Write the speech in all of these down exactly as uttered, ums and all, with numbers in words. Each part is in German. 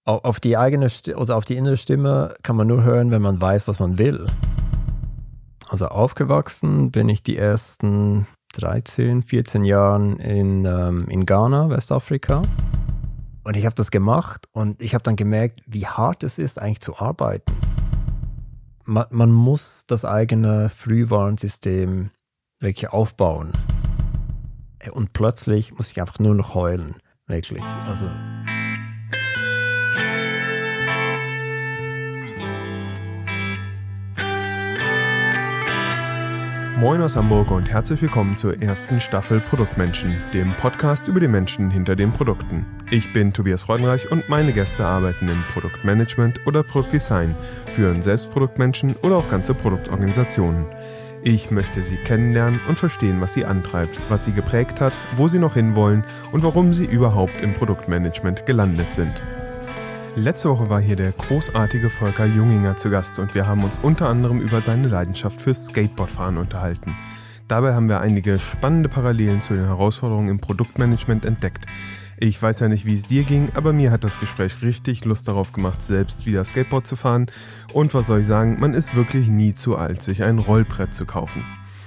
Auf die eigene St- oder auf die innere Stimme kann man nur hören, wenn man weiß, was man will. Also aufgewachsen bin ich die ersten dreizehn, vierzehn Jahren in, ähm, in Ghana, Westafrika. Und ich habe das gemacht und ich habe dann gemerkt, wie hart es ist, eigentlich zu arbeiten. Man, man muss das eigene Frühwarnsystem wirklich aufbauen. Und plötzlich muss ich einfach nur noch heulen, wirklich. Also Moin aus Hamburg und herzlich willkommen zur ersten Staffel Produktmenschen, dem Podcast über die Menschen hinter den Produkten. Ich bin Tobias Freudenreich und meine Gäste arbeiten im Produktmanagement oder Produktdesign, führen selbst Produktmenschen oder auch ganze Produktorganisationen. Ich möchte sie kennenlernen und verstehen, was sie antreibt, was sie geprägt hat, wo sie noch hinwollen und warum sie überhaupt im Produktmanagement gelandet sind. Letzte Woche war hier der großartige Volker Junginger zu Gast und wir haben uns unter anderem über seine Leidenschaft fürs Skateboardfahren unterhalten. Dabei haben wir einige spannende Parallelen zu den Herausforderungen im Produktmanagement entdeckt. Ich weiß ja nicht, wie es dir ging, aber mir hat das Gespräch richtig Lust darauf gemacht, selbst wieder Skateboard zu fahren. Und was soll ich sagen, man ist wirklich nie zu alt, sich ein Rollbrett zu kaufen.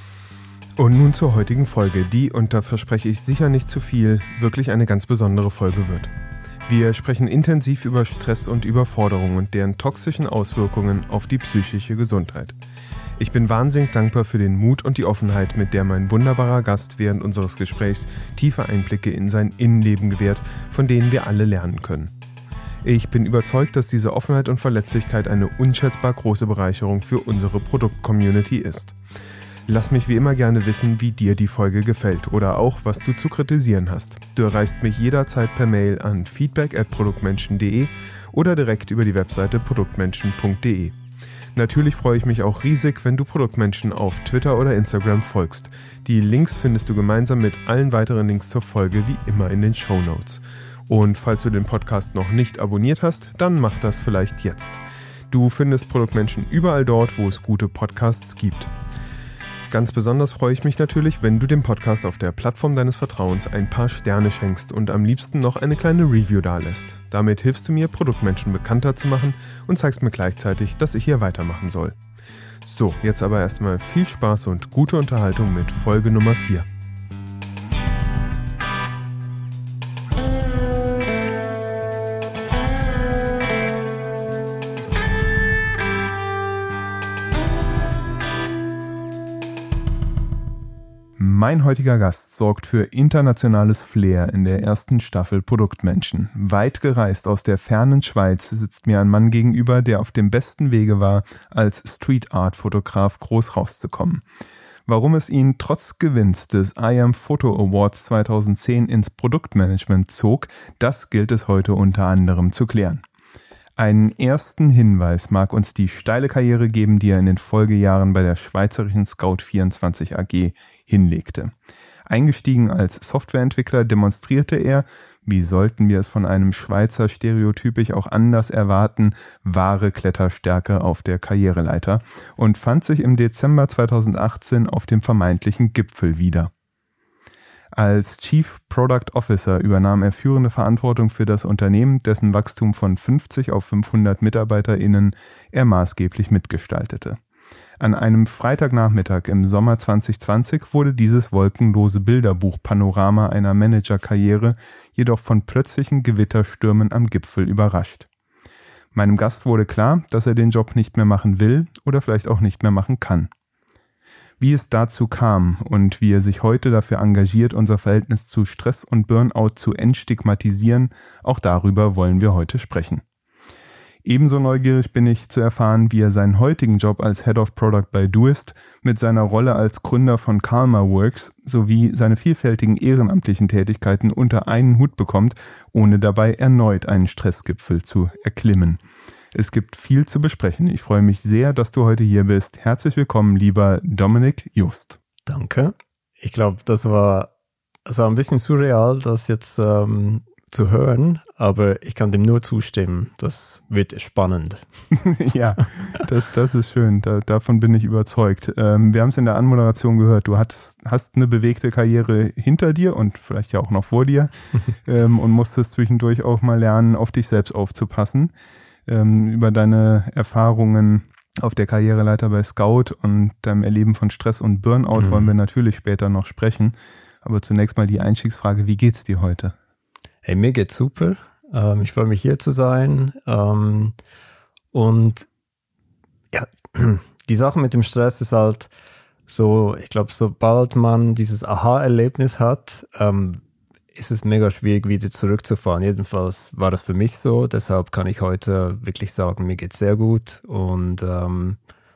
Und nun zur heutigen Folge, die, und da verspreche ich sicher nicht zu viel, wirklich eine ganz besondere Folge wird. Wir sprechen intensiv über Stress und Überforderung und deren toxischen Auswirkungen auf die psychische Gesundheit. Ich bin wahnsinnig dankbar für den Mut und die Offenheit, mit der mein wunderbarer Gast während unseres Gesprächs tiefe Einblicke in sein Innenleben gewährt, von denen wir alle lernen können. Ich bin überzeugt, dass diese Offenheit und Verletzlichkeit eine unschätzbar große Bereicherung für unsere Produkt-Community ist. Lass mich wie immer gerne wissen, wie dir die Folge gefällt oder auch, was du zu kritisieren hast. Du erreichst mich jederzeit per Mail an feedback at produktmenschen punkt de oder direkt über die Webseite produktmenschen punkt de. Natürlich freue ich mich auch riesig, wenn du Produktmenschen auf Twitter oder Instagram folgst. Die Links findest du gemeinsam mit allen weiteren Links zur Folge wie immer in den Shownotes. Und falls du den Podcast noch nicht abonniert hast, dann mach das vielleicht jetzt. Du findest Produktmenschen überall dort, wo es gute Podcasts gibt. Ganz besonders freue ich mich natürlich, wenn du dem Podcast auf der Plattform deines Vertrauens ein paar Sterne schenkst und am liebsten noch eine kleine Review dalässt. Damit hilfst du mir, Produktmenschen bekannter zu machen und zeigst mir gleichzeitig, dass ich hier weitermachen soll. So, jetzt aber erstmal viel Spaß und gute Unterhaltung mit Folge Nummer vier. Mein heutiger Gast sorgt für internationales Flair in der ersten Staffel Produktmenschen. Weit gereist aus der fernen Schweiz sitzt mir ein Mann gegenüber, der auf dem besten Wege war, als Street-Art-Fotograf groß rauszukommen. Warum es ihn trotz Gewinns des I A M Photo Awards zweitausendzehn ins Produktmanagement zog, das gilt es heute unter anderem zu klären. Einen ersten Hinweis mag uns die steile Karriere geben, die er in den Folgejahren bei der schweizerischen Scout vierundzwanzig A G hinlegte. Eingestiegen als Softwareentwickler demonstrierte er, wie sollten wir es von einem Schweizer stereotypisch auch anders erwarten, wahre Kletterstärke auf der Karriereleiter und fand sich im Dezember zweitausendachtzehn auf dem vermeintlichen Gipfel wieder. Als Chief Product Officer übernahm er führende Verantwortung für das Unternehmen, dessen Wachstum von fünfzig auf fünfhundert MitarbeiterInnen er maßgeblich mitgestaltete. An einem Freitagnachmittag im Sommer zweitausendzwanzig wurde dieses wolkenlose Bilderbuch-Panorama einer Managerkarriere jedoch von plötzlichen Gewitterstürmen am Gipfel überrascht. Meinem Gast wurde klar, dass er den Job nicht mehr machen will oder vielleicht auch nicht mehr machen kann. Wie es dazu kam und wie er sich heute dafür engagiert, unser Verhältnis zu Stress und Burnout zu entstigmatisieren, auch darüber wollen wir heute sprechen. Ebenso neugierig bin ich zu erfahren, wie er seinen heutigen Job als Head of Product bei Doist mit seiner Rolle als Gründer von Calma Works sowie seine vielfältigen ehrenamtlichen Tätigkeiten unter einen Hut bekommt, ohne dabei erneut einen Stressgipfel zu erklimmen. Es gibt viel zu besprechen. Ich freue mich sehr, dass du heute hier bist. Herzlich willkommen, lieber Dominik Just. Danke. Ich glaube, das war, das war ein bisschen surreal, das jetzt ähm, zu hören, aber ich kann dem nur zustimmen. Das wird spannend. Ja, das, das ist schön. Da, davon bin ich überzeugt. Ähm, wir haben es in der Anmoderation gehört. Du hattest, hast eine bewegte Karriere hinter dir und vielleicht ja auch noch vor dir ähm, und musstest zwischendurch auch mal lernen, auf dich selbst aufzupassen. Ähm, über deine Erfahrungen auf der Karriereleiter bei Scout und deinem Erleben von Stress und Burnout mhm. wollen wir natürlich später noch sprechen. Aber zunächst mal die Einstiegsfrage, wie geht's dir heute? Hey, mir geht's super. Ähm, ich freue mich, hier zu sein. Ähm, und ja, die Sache mit dem Stress ist halt so, ich glaube, sobald man dieses Aha-Erlebnis hat, ähm, ist es mega schwierig, wieder zurückzufahren. Jedenfalls war das für mich so. Deshalb kann ich heute wirklich sagen, mir geht's sehr gut. Und ähm,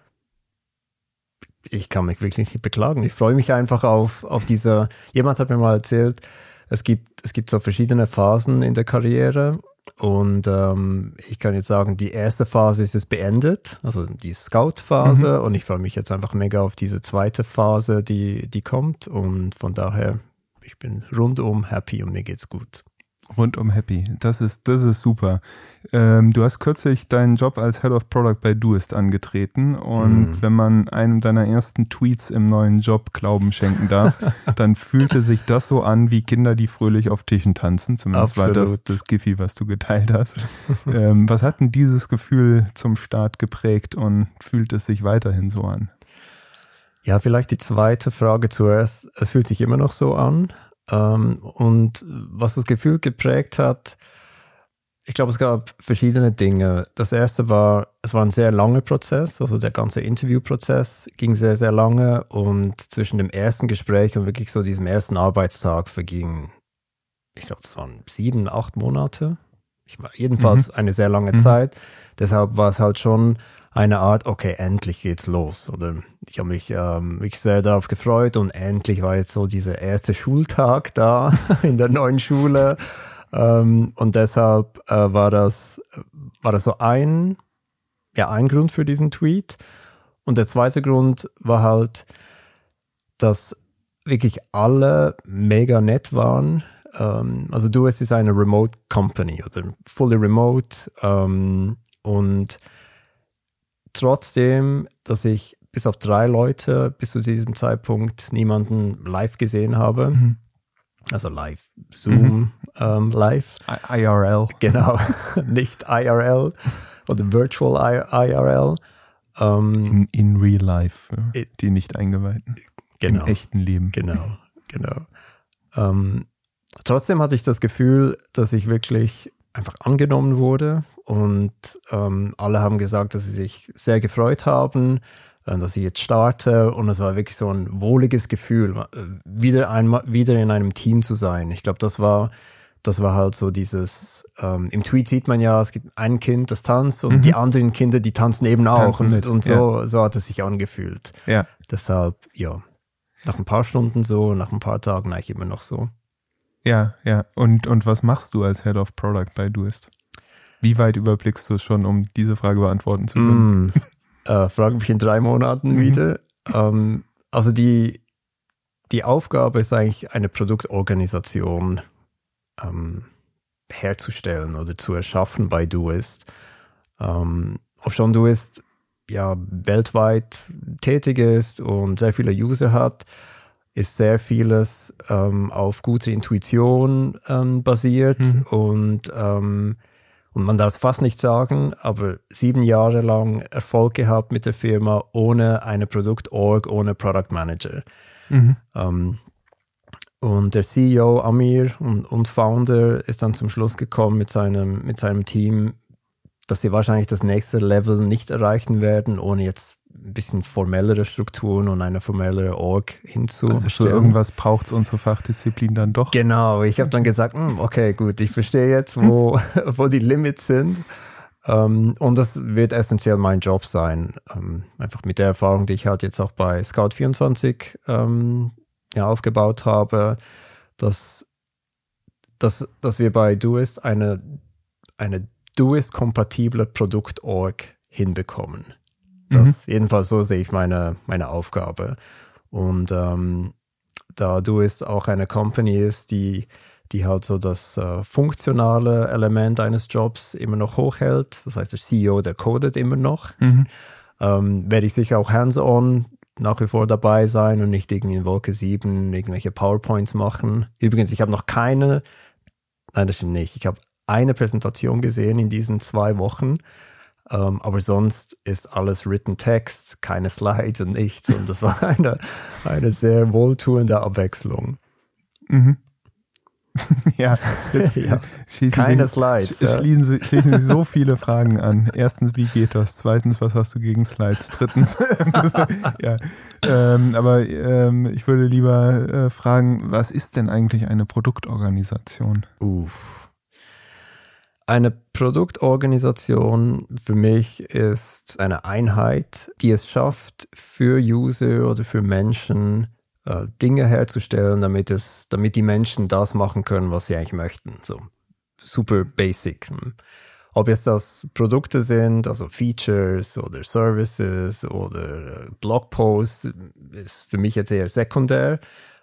ich kann mich wirklich nicht beklagen. Ich freue mich einfach auf, auf diese, jemand hat mir mal erzählt, es gibt, es gibt so verschiedene Phasen in der Karriere und ähm, ich kann jetzt sagen, die erste Phase ist es beendet, also die Scout-Phase mhm. und ich freue mich jetzt einfach mega auf diese zweite Phase, die, die kommt und von daher, ich bin rundum happy und mir geht's gut. Rundum happy. Das ist, das ist super. Ähm, du hast kürzlich deinen Job als Head of Product bei Doist angetreten und mm. wenn man einem deiner ersten Tweets im neuen Job Glauben schenken darf, dann fühlte sich das so an wie Kinder, die fröhlich auf Tischen tanzen. Zumindest Absolut. War das das Giphy, was du geteilt hast. ähm, was hat denn dieses Gefühl zum Start geprägt und fühlt es sich weiterhin so an? Ja, vielleicht die zweite Frage zuerst. Es fühlt sich immer noch so an. Um, und was das Gefühl geprägt hat, ich glaube, es gab verschiedene Dinge. Das erste war, es war ein sehr langer Prozess, also der ganze Interviewprozess ging sehr, sehr lange und zwischen dem ersten Gespräch und wirklich so diesem ersten Arbeitstag verging, ich glaube, das waren sieben, acht Monate. Ich war jedenfalls mhm. eine sehr lange mhm. Zeit. Deshalb war es halt schon eine Art, okay, endlich geht's los. Oder ich habe mich ähm, mich sehr darauf gefreut und endlich war jetzt so dieser erste Schultag da in der neuen Schule. Ähm, und deshalb äh, war das war das so ein ja ein Grund für diesen Tweet. Und der zweite Grund war halt, dass wirklich alle mega nett waren. Ähm, also Doist ist eine Remote Company oder fully remote ähm, und trotzdem, dass ich bis auf drei Leute bis zu diesem Zeitpunkt niemanden live gesehen habe, mhm. also live, Zoom, mhm. ähm, live. I R L. Genau, nicht I R L oder Virtual I R L. Ähm, in, in real life, it, die nicht Eingeweihten. Genau. Im echten Leben. Genau, genau. Ähm, trotzdem hatte ich das Gefühl, dass ich wirklich einfach angenommen wurde. Und ähm, alle haben gesagt, dass sie sich sehr gefreut haben, äh, dass ich jetzt starte. Und es war wirklich so ein wohliges Gefühl, äh, wieder einmal wieder in einem Team zu sein. Ich glaube, das war das war halt so dieses. Ähm, Im Tweet sieht man ja, es gibt ein Kind, das tanzt und mhm. die anderen Kinder, die tanzen eben auch. Tanzen und, und so ja. so hat es sich angefühlt. Ja. Deshalb ja, nach ein paar Stunden so, nach ein paar Tagen eigentlich immer noch so. Ja, ja. Und und was machst du als Head of Product bei Doist? Wie weit überblickst du es schon, um diese Frage beantworten zu können? Mm, äh, frage mich in drei Monaten mhm. wieder. Ähm, also die, die Aufgabe ist eigentlich, eine Produktorganisation ähm, herzustellen oder zu erschaffen bei Doist. Ähm, ob schon Doist ja weltweit tätig ist und sehr viele User hat, ist sehr vieles ähm, auf guter Intuition ähm, basiert mhm. und ähm, Und man darf es fast nicht sagen, aber sieben Jahre lang Erfolg gehabt mit der Firma ohne eine Produktorg, ohne Product Manager. Mhm. Um, und der C E O Amir und, und Founder ist dann zum Schluss gekommen mit seinem, mit seinem Team, dass sie wahrscheinlich das nächste Level nicht erreichen werden, ohne jetzt ein bisschen formellere Strukturen und eine formellere Org hinzustellen. Also für irgendwas braucht es unsere Fachdisziplin dann doch. Genau, ich habe dann gesagt, okay, gut, ich verstehe jetzt, wo, wo die Limits sind. Um, und das wird essentiell mein Job sein. Um, einfach mit der Erfahrung, die ich halt jetzt auch bei Scout vierundzwanzig um, ja, aufgebaut habe, dass, dass, dass wir bei Doist eine, eine Doist-kompatible Produktorg hinbekommen. Das, mhm. Jedenfalls so sehe ich meine, meine Aufgabe. Und ähm, da Doist auch eine Company ist, die die halt so das äh, funktionale Element eines Jobs immer noch hochhält. Das heißt, der C E O, der codet immer noch. Mhm. Ähm, werde ich sicher auch hands-on nach wie vor dabei sein und nicht irgendwie in Wolke sieben irgendwelche PowerPoints machen. Übrigens, ich habe noch keine, nein, das stimmt nicht, ich habe eine Präsentation gesehen in diesen zwei Wochen, ähm, aber sonst ist alles Written Text, keine Slides und nichts und das war eine, eine sehr wohltuende Abwechslung. Mhm. Ja, jetzt ja. Keine sich, Slides. Es schließen, ja. schließen sich so viele Fragen an. Erstens, wie geht das? Zweitens, was hast du gegen Slides? Drittens, ja, ähm, aber ähm, ich würde lieber äh, fragen, was ist denn eigentlich eine Produktorganisation? Uff. Eine Produktorganisation für mich ist eine Einheit, die es schafft, für User oder für Menschen Dinge herzustellen, damit es, damit die Menschen das machen können, was sie eigentlich möchten. So super basic. Ob jetzt das Produkte sind, also Features oder Services oder Blogposts, ist für mich jetzt eher sekundär.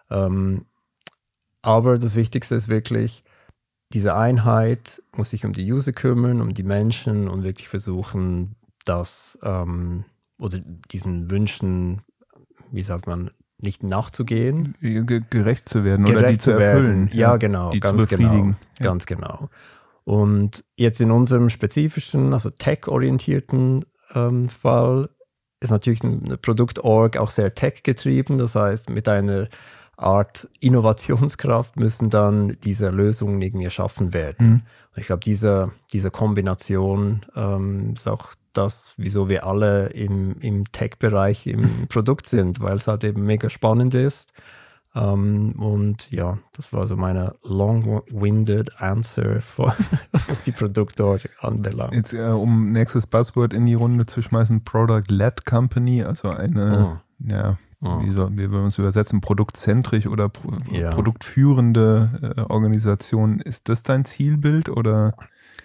Aber das Wichtigste ist wirklich, diese Einheit muss sich um die User kümmern, um die Menschen und wirklich versuchen, das ähm, oder diesen Wünschen, wie sagt man, nicht nachzugehen. Gerecht zu werden oder die zu erfüllen. Ja, genau, die ganz zu befriedigen. genau, ja. ganz genau. Und jetzt in unserem spezifischen, also tech-orientierten ähm, Fall ist natürlich eine Produktorg auch sehr tech-getrieben. Das heißt, mit einer Art Innovationskraft müssen dann diese Lösungen irgendwie erschaffen werden. Mhm. Und ich glaube, diese, diese Kombination ähm, ist auch das, wieso wir alle im, im Tech-Bereich im Produkt sind, weil es halt eben mega spannend ist. Um, und ja, das war so meine long-winded Answer, for, was die Produktorg anbelangt. Jetzt, äh, um nächstes Buzzword in die Runde zu schmeißen, Product-led Company, also eine, oh. ja, oh. wie, so, wie wir uns übersetzen, produktzentrisch oder pro, ja. produktführende äh, Organisation. Ist das dein Zielbild oder?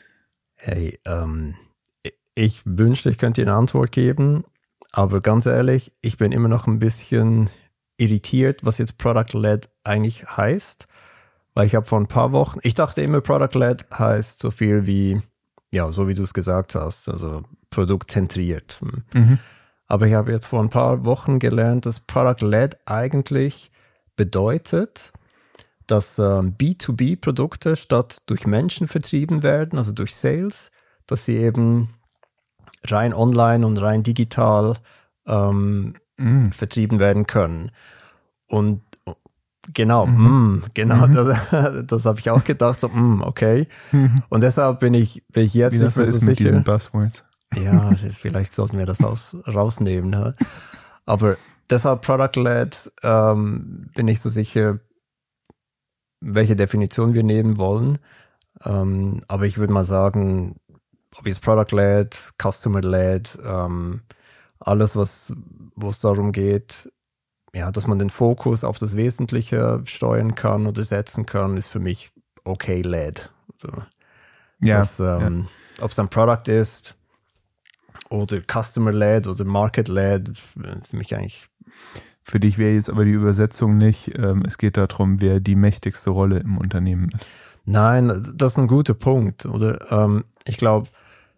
Hey, ähm, ich wünschte, ich könnte dir eine Antwort geben, aber ganz ehrlich, ich bin immer noch ein bisschen irritiert, was jetzt Product-led eigentlich heißt, weil ich habe vor ein paar Wochen, ich dachte immer, Product-led heißt so viel wie, ja, so wie du es gesagt hast, also produktzentriert. Mhm. Aber ich habe jetzt vor ein paar Wochen gelernt, dass Product-led eigentlich bedeutet, dass ähm, B zwei B-Produkte statt durch Menschen vertrieben werden, also durch Sales, dass sie eben rein online und rein digital ähm, mm. vertrieben werden können. Und genau, mhm. mm, genau, mhm. das, das habe ich auch gedacht, so, mm, okay. Mhm. Und deshalb bin ich, bin ich jetzt Wie nicht mehr so ist sicher. Mit diesen Buzzwords. Ja, vielleicht sollten wir das aus, rausnehmen. Ne? Aber deshalb Product-led ähm, bin ich so sicher, welche Definition wir nehmen wollen. Ähm, aber ich würde mal sagen, ob jetzt Product-led, Customer-led, ähm, alles, was, wo es darum geht, ja, dass man den Fokus auf das Wesentliche steuern kann oder setzen kann, ist für mich okay-led. So. Ja, ähm, ja. Ob es ein Product ist oder Customer-led oder Market-led, für mich eigentlich. Für dich wäre jetzt aber die Übersetzung nicht, ähm, es geht darum, wer die mächtigste Rolle im Unternehmen ist. Nein, das ist ein guter Punkt. Oder ähm, ich glaube,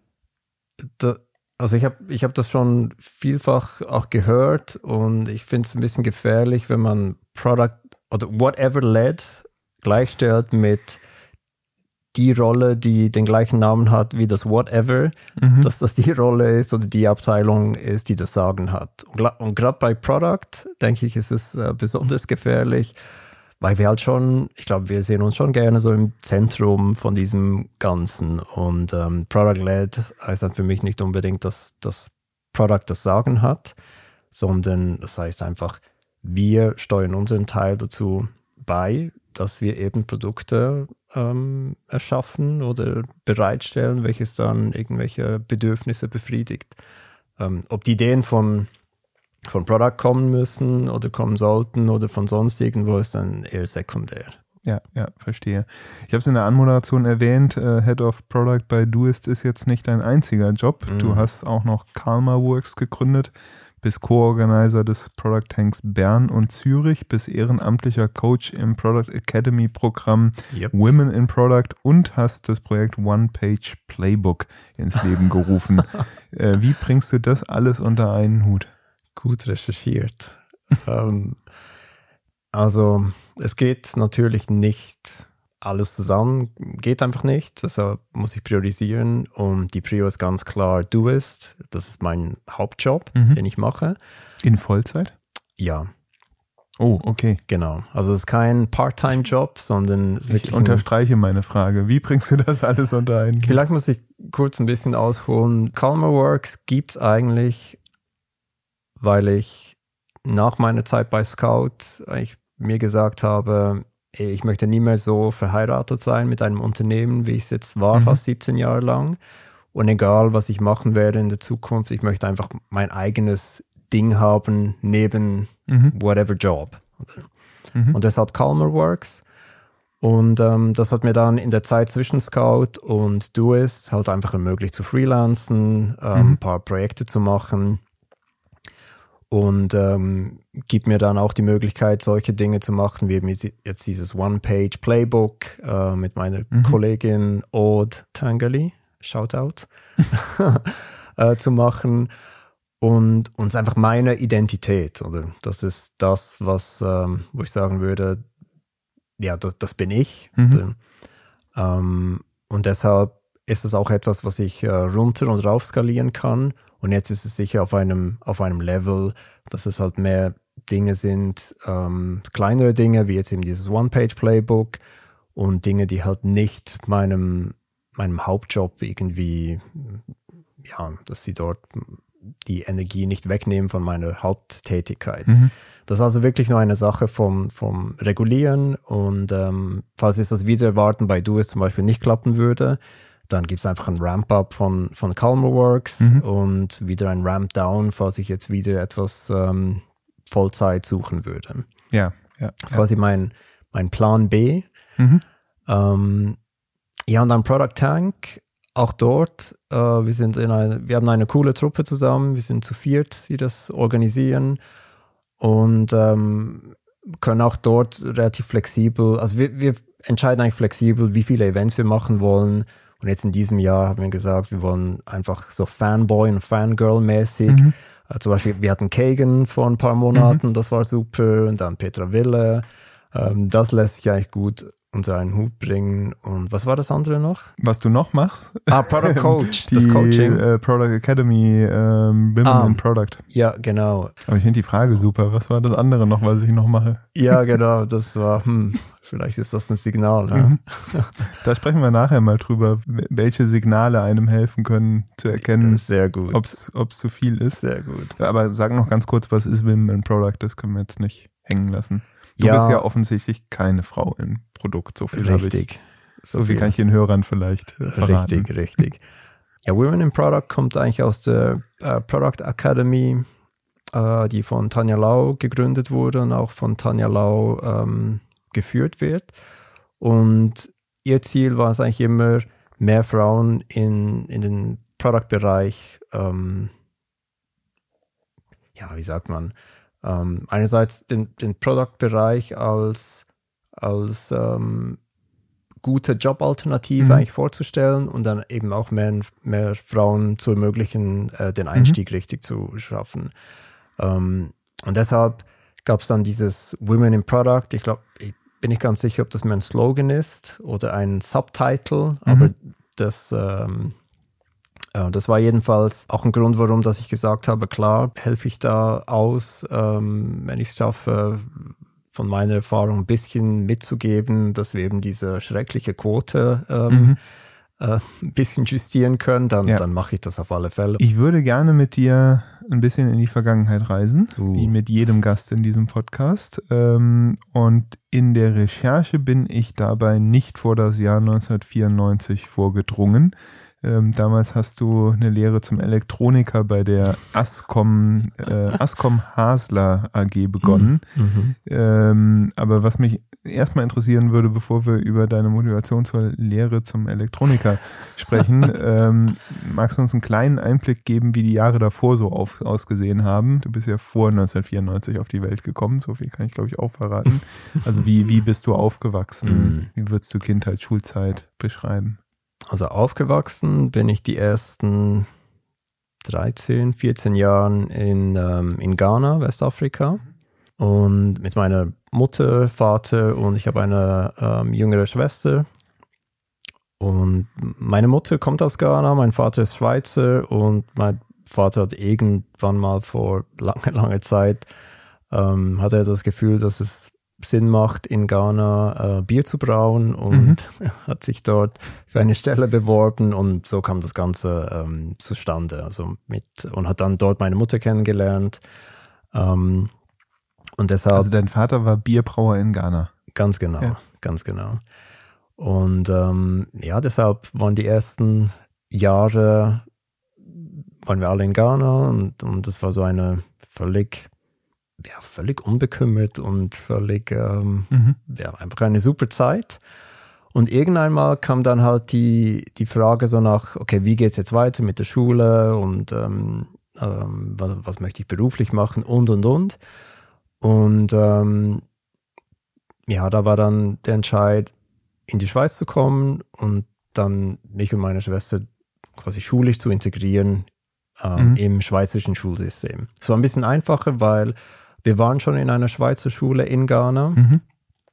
da, also ich habe ich hab das schon vielfach auch gehört und ich finde es ein bisschen gefährlich, wenn man Product oder whatever led gleichstellt mit die Rolle, die den gleichen Namen hat wie das whatever, mhm. dass das die Rolle ist oder die Abteilung ist, die das Sagen hat. Und, und gerade bei Product, denke ich, ist es äh, besonders gefährlich, weil wir halt schon, ich glaube, wir sehen uns schon gerne so im Zentrum von diesem Ganzen. Und ähm, Product-led heißt dann für mich nicht unbedingt, dass das Product das Sagen hat, sondern das heißt einfach, wir steuern unseren Teil dazu bei, dass wir eben Produkte ähm, erschaffen oder bereitstellen, welches dann irgendwelche Bedürfnisse befriedigt. Ähm, ob die Ideen von von Product kommen müssen oder kommen sollten oder von sonst irgendwo, ist dann eher sekundär. Ja, ja, verstehe. Ich habe es in der Anmoderation erwähnt, äh, Head of Product bei Doist ist jetzt nicht dein einziger Job. Mhm. Du hast auch noch Calma Works gegründet, bist Co-Organizer des Product Tanks Bern und Zürich, bist ehrenamtlicher Coach im Product Academy Programm yep. Women in Product und hast das Projekt One-Page Playbook ins Leben gerufen. äh, wie bringst du das alles unter einen Hut? Gut recherchiert. um, also es geht natürlich nicht alles zusammen, geht einfach nicht, deshalb muss ich priorisieren und die Prio ist ganz klar Doist, das ist mein Hauptjob, mhm. den ich mache. In Vollzeit? Ja. Oh, okay. Genau, also es ist kein Part-Time-Job, sondern es ist ich unterstreiche meine Frage, wie bringst du das alles unter einen? Vielleicht muss ich kurz ein bisschen ausholen. Calma Works gibt es eigentlich, weil ich nach meiner Zeit bei Scout ich mir gesagt habe, ich möchte nie mehr so verheiratet sein mit einem Unternehmen, wie ich es jetzt war, mhm. fast siebzehn Jahre lang. Und egal, was ich machen werde in der Zukunft, ich möchte einfach mein eigenes Ding haben, neben mhm. whatever Job. Mhm. Und deshalb Calma Works. Und ähm, das hat mir dann in der Zeit zwischen Scout und Doist halt einfach ermöglicht zu freelancen, ähm, mhm. ein paar Projekte zu machen. Und ähm, gibt mir dann auch die Möglichkeit, solche Dinge zu machen, wie jetzt dieses One-Page-Playbook äh, mit meiner mhm. Kollegin Aude Tangali, Shoutout, äh, zu machen. Und uns einfach meine Identität, oder? Das ist das, was, ähm, wo ich sagen würde, ja, das, das bin ich. Mhm. Ähm, und deshalb ist es auch etwas, was ich äh, runter und rauf skalieren kann. Und jetzt ist es sicher auf einem, auf einem Level, dass es halt mehr Dinge sind, ähm, kleinere Dinge, wie jetzt eben dieses One-Page-Playbook und Dinge, die halt nicht meinem, meinem Hauptjob irgendwie, ja, dass sie dort die Energie nicht wegnehmen von meiner Haupttätigkeit. Mhm. Das ist also wirklich nur eine Sache vom, vom Regulieren und ähm, falls jetzt das Wiedererwarten bei Doist zum Beispiel nicht klappen würde, dann gibt es einfach ein Ramp-Up von, von Calma Works mhm. und wieder ein Ramp-Down, falls ich jetzt wieder etwas ähm, Vollzeit suchen würde. Ja, ja. Das ist ja. quasi mein, mein Plan B. Mhm. Ähm, ja, und dann Product Tank, auch dort, äh, wir sind in eine, wir haben eine coole Truppe zusammen, wir sind zu viert, die das organisieren und ähm, können auch dort relativ flexibel, also wir, wir entscheiden eigentlich flexibel, wie viele Events wir machen wollen. Und jetzt in diesem Jahr haben wir gesagt, wir wollen einfach so Fanboy- und Fangirl-mäßig. Mhm. Äh, zum Beispiel, wir hatten Kagan vor ein paar Monaten, mhm. das war super. Und dann Petra Wille. Ähm, das lässt sich eigentlich gut unter einen Hut bringen. Und was war das andere noch? Was du noch machst? Ah, Product Coach, die, das Coaching. Äh, Product Academy, ähm, Women ah, in Product. Ja, genau. Aber ich finde die Frage super. Was war das andere noch, was ich noch mache? Ja, genau. Das war, hm, vielleicht ist das ein Signal. Mhm. Ja. Da sprechen wir nachher mal drüber, welche Signale einem helfen können, zu erkennen, sehr gut, ob es zu viel ist. Sehr gut. Aber sag noch ganz kurz, was ist Women in Product? Das können wir jetzt nicht hängen lassen. Du ja. bist ja offensichtlich keine Frau im Produkt, so viel habe ich. Richtig. So, so viel kann ich den Hörern vielleicht äh, verraten. Richtig, richtig. Ja, Women in Product kommt eigentlich aus der äh, Product Academy, äh, die von Tanja Lau gegründet wurde und auch von Tanja Lau ähm, geführt wird. Und ihr Ziel war es eigentlich immer, mehr Frauen in, in den Product-Bereich, ähm, ja, wie sagt man, ähm, einerseits den, den Product-Bereich als, als ähm, gute Jobalternative mhm. eigentlich vorzustellen und dann eben auch mehr, mehr Frauen zu ermöglichen, äh, den Einstieg mhm. richtig zu schaffen. Ähm, und deshalb gab es dann dieses Women in Product. Ich glaube, ich bin nicht ganz sicher, ob das mehr ein Slogan ist oder ein Subtitle, mhm. aber das, ähm, äh, das war jedenfalls auch ein Grund, warum dass ich gesagt habe, klar, helfe ich da aus, ähm, wenn ich es schaffe, von meiner Erfahrung ein bisschen mitzugeben, dass wir eben diese schreckliche Quote ähm, mhm. äh, ein bisschen justieren können, dann, ja. dann mache ich das auf alle Fälle. Ich würde gerne mit dir ein bisschen in die Vergangenheit reisen, uh. wie mit jedem Gast in diesem Podcast. Ähm, und in der Recherche bin ich dabei nicht vor das Jahr neunzehnhundertvierundneunzig vorgedrungen. Ähm, damals hast du eine Lehre zum Elektroniker bei der Ascom, äh, Ascom Hasler A G begonnen. Mhm. Ähm, aber was mich erstmal interessieren würde, bevor wir über deine Motivation zur Lehre zum Elektroniker sprechen, ähm, magst du uns einen kleinen Einblick geben, wie die Jahre davor so auf, ausgesehen haben? Du bist ja vor neunzehnhundertvierundneunzig auf die Welt gekommen, so viel kann ich glaube ich auch verraten. Also wie, wie bist du aufgewachsen? Wie würdest du Kindheit, Schulzeit beschreiben? Also aufgewachsen bin ich die ersten dreizehn, vierzehn Jahren in, ähm, in Ghana, Westafrika. Und mit meiner Mutter, Vater und ich habe eine ähm, jüngere Schwester. Und meine Mutter kommt aus Ghana, mein Vater ist Schweizer und mein Vater hat irgendwann mal vor langer, langer Zeit, ähm, hat er das Gefühl, dass es Sinn macht, in Ghana äh, Bier zu brauen und mhm. hat sich dort für eine Stelle beworben und so kam das Ganze ähm, zustande. Also mit und hat dann dort meine Mutter kennengelernt. Ähm, und deshalb. Also dein Vater war Bierbrauer in Ghana. Ganz genau, ja. ganz genau. Und ähm, ja, deshalb waren die ersten Jahre, waren wir alle in Ghana und, und das war so eine völlig ja, völlig unbekümmert und völlig, ähm, mhm. ja, einfach eine super Zeit. Und irgendwann mal kam dann halt die, die Frage so nach, okay, wie geht's jetzt weiter mit der Schule und ähm, ähm, was, was möchte ich beruflich machen und, und, und. Und ähm, ja, da war dann der Entscheid, in die Schweiz zu kommen und dann mich und meine Schwester quasi schulisch zu integrieren ähm, mhm. im schweizerischen Schulsystem. Es war ein bisschen einfacher, weil wir waren schon in einer Schweizer Schule in Ghana. Mhm.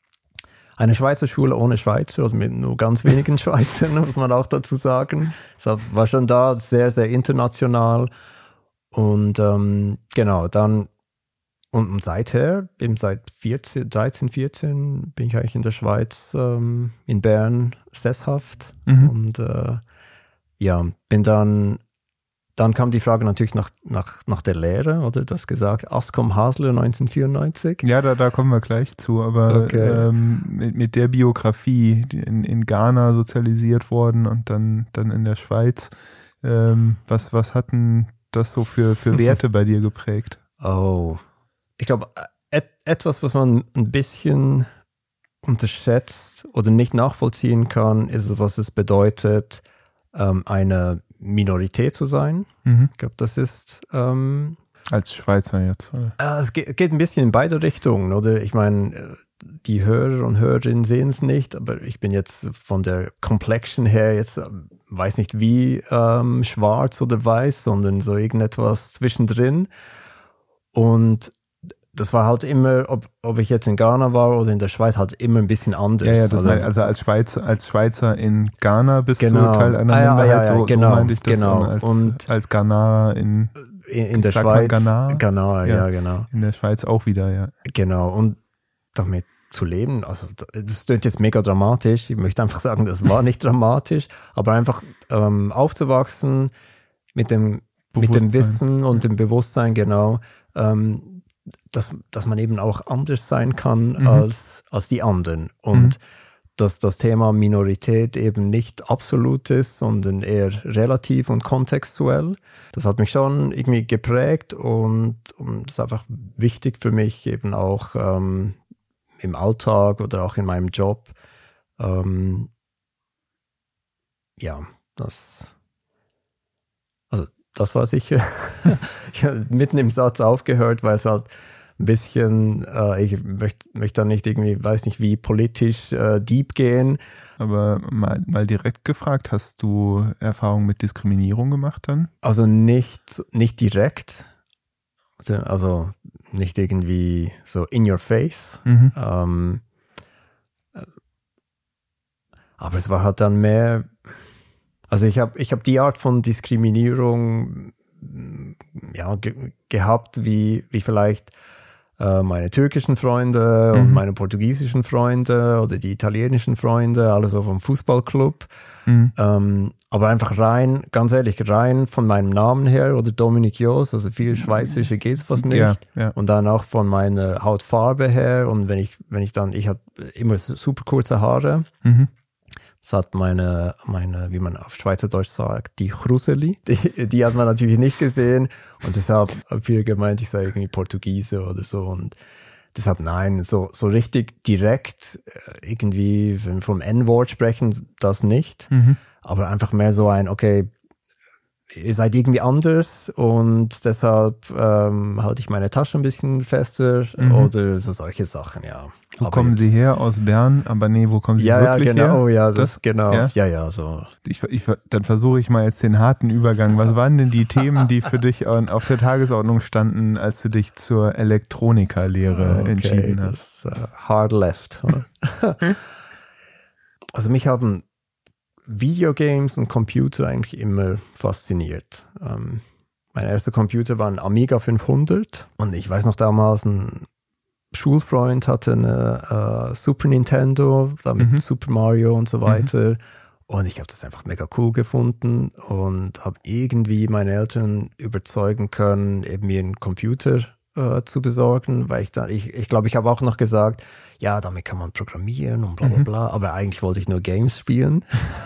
Eine Schweizer Schule ohne Schweizer, also mit nur ganz wenigen Schweizern, muss man auch dazu sagen. Es war schon da sehr, sehr international. Und ähm, genau, dann und, und seither, eben seit vierzehn, dreizehn, vierzehn bin ich eigentlich in der Schweiz, ähm, in Bern sesshaft. Mhm. Und äh, ja, bin dann Dann kam die Frage natürlich nach, nach, nach der Lehre, oder? Du hast gesagt, Ascom Hasler neunzehnhundertvierundneunzig. Ja, da, da kommen wir gleich zu, aber okay. ähm, mit, mit der Biografie, in, in Ghana sozialisiert worden und dann, dann in der Schweiz, ähm, was, was hat denn das so für, für Werte bei dir geprägt? Oh, ich glaube, et, etwas, was man ein bisschen unterschätzt oder nicht nachvollziehen kann, ist, was es bedeutet, ähm, eine Minorität zu sein. Mhm. Ich glaube, das ist ähm, als Schweizer jetzt, oder? Äh, es geht, geht ein bisschen in beide Richtungen, oder? Ich meine, die Hörer und Hörerinnen sehen es nicht, aber ich bin jetzt von der Complexion her jetzt, weiß nicht wie ähm, schwarz oder weiß, sondern so irgendetwas zwischendrin. Und das war halt immer, ob, ob ich jetzt in Ghana war oder in der Schweiz, halt immer ein bisschen anders. Ja, ja, das also, mein, also als Schweizer, als Schweizer in Ghana bist genau. du Teil einer ah, ja, Minderheit, ja, ja, so, genau, so meinte ich das genau. als, und als Ghana in, in, in der Schweiz. Ghana? Ghana, ja, ja, genau. In der Schweiz auch wieder, ja. Genau, und damit zu leben, also das klingt jetzt mega dramatisch, ich möchte einfach sagen, das war nicht dramatisch, aber einfach ähm, aufzuwachsen mit dem, mit dem Wissen und ja. dem Bewusstsein, genau, ähm, Dass, dass man eben auch anders sein kann mhm. als, als die anderen. Und mhm. dass das Thema Minorität eben nicht absolut ist, sondern eher relativ und kontextuell. Das hat mich schon irgendwie geprägt und, und ist einfach wichtig für mich eben auch ähm, im Alltag oder auch in meinem Job. Ähm, ja, das... Das war sicher, ich habe mitten im Satz aufgehört, weil es halt ein bisschen, äh, ich möchte möcht da nicht irgendwie, weiß nicht wie, politisch äh, deep gehen. Aber mal, mal direkt gefragt, hast du Erfahrungen mit Diskriminierung gemacht dann? Also nicht, nicht direkt, also nicht irgendwie so in your face. Mhm. Ähm, aber es war halt dann mehr... Also ich habe ich hab die Art von Diskriminierung ja, ge- gehabt, wie, wie vielleicht äh, meine türkischen Freunde mhm. und meine portugiesischen Freunde oder die italienischen Freunde, alle so vom Fußballclub. Mhm. Ähm, aber einfach rein, ganz ehrlich, rein von meinem Namen her oder Dominik Jos, also viel Schweizerische geht's fast nicht. Ja, ja. Und dann auch von meiner Hautfarbe her und wenn ich, wenn ich dann, ich hatte immer super kurze Haare. Mhm. Das hat meine, meine, wie man auf Schweizerdeutsch sagt, die Chruseli, die, die hat man natürlich nicht gesehen. Und deshalb haben viele gemeint, ich sei irgendwie Portugiese oder so. Und deshalb nein, so, so richtig direkt irgendwie, wenn wir vom N-Wort sprechen, das nicht. Mhm. Aber einfach mehr so ein, okay, ihr seid irgendwie anders und deshalb ähm, halte ich meine Tasche ein bisschen fester mhm. oder so solche Sachen, ja. Wo aber kommen jetzt, Sie her? Aus Bern? Aber nee, wo kommen Sie ja, wirklich ja, genau, her? Oh, ja, das, das genau, ja, ja, ja, so. Ich, ich, dann versuche ich mal jetzt den harten Übergang. Was waren denn die Themen, die für dich auf der Tagesordnung standen, als du dich zur Elektronikerlehre okay, entschieden hast? Das, uh, hard left. Also mich haben Videogames und Computer eigentlich immer fasziniert. Ähm, mein erster Computer war ein Amiga fünfhundert und ich weiß noch damals, ein Schulfreund hatte eine äh, Super Nintendo, damit mhm. Super Mario und so weiter. Mhm. Und ich habe das einfach mega cool gefunden und habe irgendwie meine Eltern überzeugen können, eben mir einen Computer äh, zu besorgen, weil ich da, ich ich glaube, ich habe auch noch gesagt, ja, damit kann man programmieren und bla bla bla, mhm. aber eigentlich wollte ich nur Games spielen.